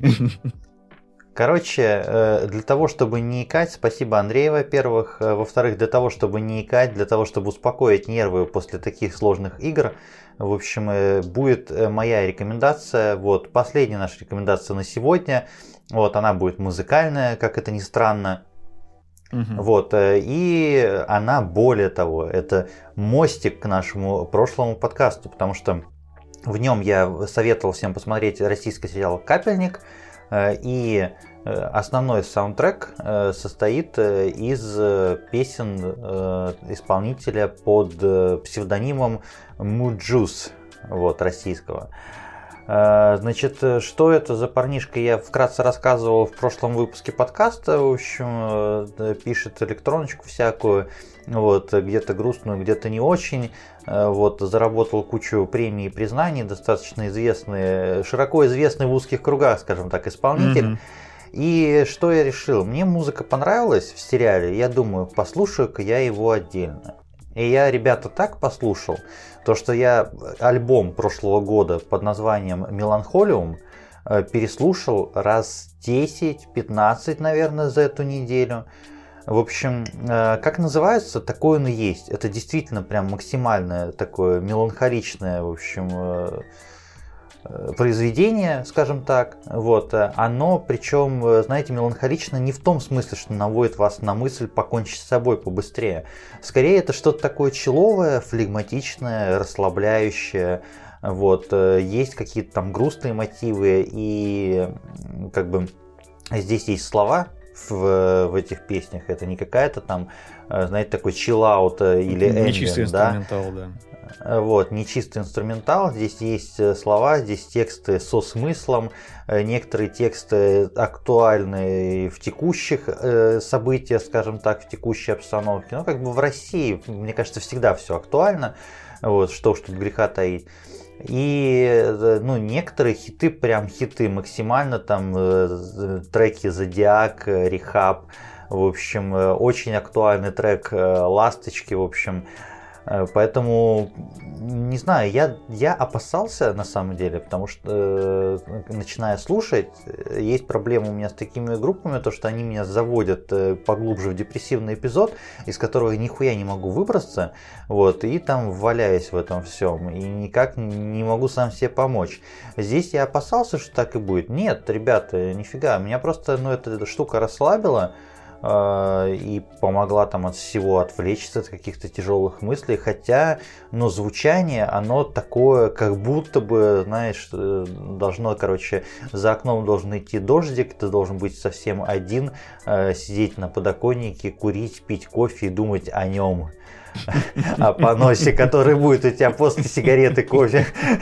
Короче, для того, чтобы не икать, спасибо, Андрей, во-первых. Во-вторых, для того, чтобы не икать, для того, чтобы успокоить нервы после таких сложных игр, в общем, будет моя рекомендация. Вот, последняя наша рекомендация на сегодня. Вот, она будет музыкальная, как это ни странно. Вот, и она, более того, это мостик к нашему прошлому подкасту, потому что в нем я советовал всем посмотреть российский сериал «Капельник». И основной саундтрек состоит из песен исполнителя под псевдонимом Муджус, вот, российского. Значит, что это за парнишка, я вкратце рассказывал в прошлом выпуске подкаста. В общем, пишет электроночку всякую, вот, где-то грустную, где-то не очень. Вот, заработал кучу премий и признаний, достаточно известный, широко известный в узких кругах, скажем так, исполнитель. И что я решил? Мне музыка понравилась в сериале, я думаю, послушаю-ка я его отдельно. И я, ребята, так послушал, то что я альбом прошлого года под названием «Меланхолиум» переслушал раз 10-15, наверное, за эту неделю. В общем, как называется, такое он и есть. Это действительно прям максимальное такое меланхоличное, в общем, произведение, скажем так. Вот. Оно, причем, знаете, меланхолично не в том смысле, что наводит вас на мысль покончить с собой побыстрее. Скорее, это что-то такое человое, флегматичное, расслабляющее. Вот. Есть какие-то там грустные мотивы, и как бы здесь есть слова в этих песнях. Это не какая-то там, знаете, такой чиллаут или эмбиент, нечистый инструментал, да. Вот, не чистый инструментал, здесь есть слова, здесь тексты со смыслом, некоторые тексты актуальны в текущих событиях, скажем так, в текущей обстановке. Ну, как бы в России, мне кажется, всегда все актуально, вот, что уж тут греха таить. И, ну, некоторые хиты, прям хиты максимально, там треки «Зодиак», «Рехаб», в общем, очень актуальный трек «Ласточки», в общем. Поэтому, не знаю, я опасался на самом деле, потому что, начиная слушать, есть проблема у меня с такими группами, то что они меня заводят поглубже в депрессивный эпизод, из которого я нихуя не могу выбраться, вот, и там валяюсь в этом всем, и никак не могу сам себе помочь. Здесь я опасался, что так и будет. Нет, ребята, нифига, меня просто, ну, эта штука расслабила, и помогла там от всего отвлечься, от каких-то тяжелых мыслей, хотя, ну, звучание, оно такое, как будто бы, знаешь, должно, короче, за окном должен идти дождик, ты должен быть совсем один, сидеть на подоконнике, курить, пить кофе и думать о нем. О поносе, который будет у тебя после сигареты, кофе.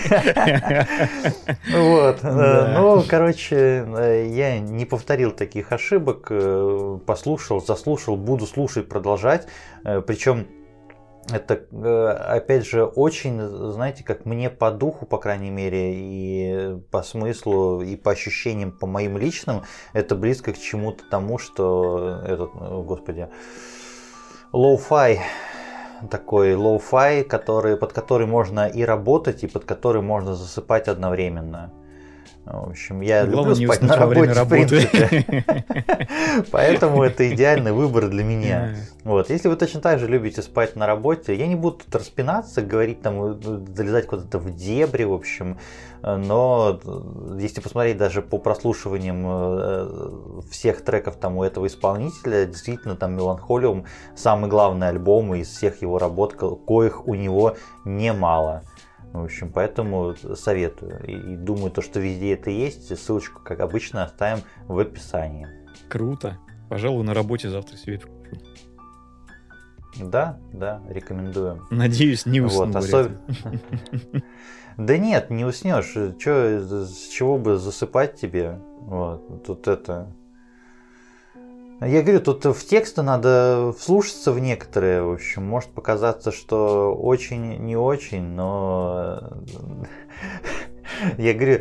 Вот. Ну, короче, я не повторил таких ошибок. Послушал, заслушал, буду слушать, продолжать. Причем это, опять же, очень, знаете, как мне по духу, по крайней мере, и по смыслу, и по ощущениям, по моим личным, это близко к чему-то тому, что этот, господи, лоу-фай. Такой лоу-фай, под который можно и работать, и под который можно засыпать одновременно. В общем, я люблю спать на работе, в принципе. Поэтому это идеальный выбор для меня. Вот. Если вы точно так же любите спать на работе, я не буду тут распинаться, говорить там, залезать куда-то в дебри, в общем. Но если посмотреть даже по прослушиваниям всех треков там у этого исполнителя, действительно там «Меланхолиум» самый главный альбом из всех его работ, коих у него немало. В общем, поэтому советую. И думаю, то, что везде это есть, ссылочку, как обычно, оставим в описании. Круто. Пожалуй, на работе завтра себе включу. Да, рекомендуем. Надеюсь, не усну. Вот, да нет, не уснешь. С чего бы засыпать тебе? Вот, тут это... Я говорю, тут в тексты надо вслушаться в некоторые, в общем, может показаться, что очень не очень, но я говорю,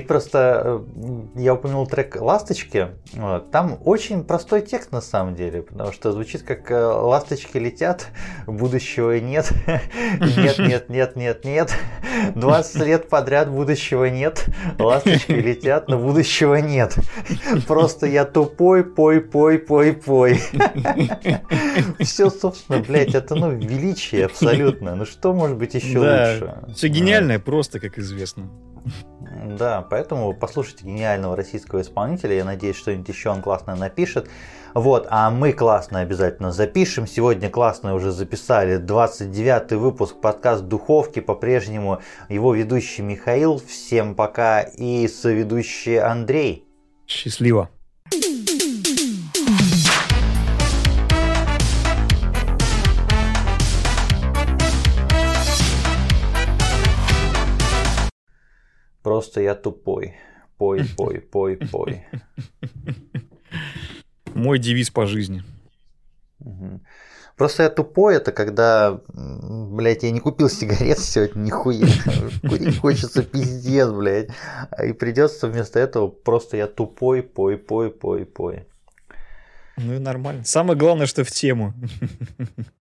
я упомянул трек «Ласточки», вот, там очень простой текст на самом деле, потому что звучит как «Ласточки летят, будущего нет, нет, 20 лет подряд будущего нет, ласточки летят, но будущего нет, просто я тупой, пой. Все, собственно, блядь, это, ну, величие абсолютно, ну что может быть еще лучше? Все гениальное просто, как известно. Да, поэтому послушайте гениального российского исполнителя. Я надеюсь, что-нибудь еще он классное напишет. Вот, а мы классно обязательно запишем. Сегодня классно уже записали 29-й выпуск подкаст «Духовки». По-прежнему его ведущий Михаил. Всем пока. И соведущий Андрей. Счастливо. Просто я тупой. Пой, пой, пой, пой. Мой девиз по жизни. Просто я тупой, это когда, блядь, я не купил сигарет сегодня, нихуя. Курить хочется пиздец, блядь. И придется вместо этого просто я тупой, пой, пой, пой, пой. Ну и нормально. Самое главное, что в тему.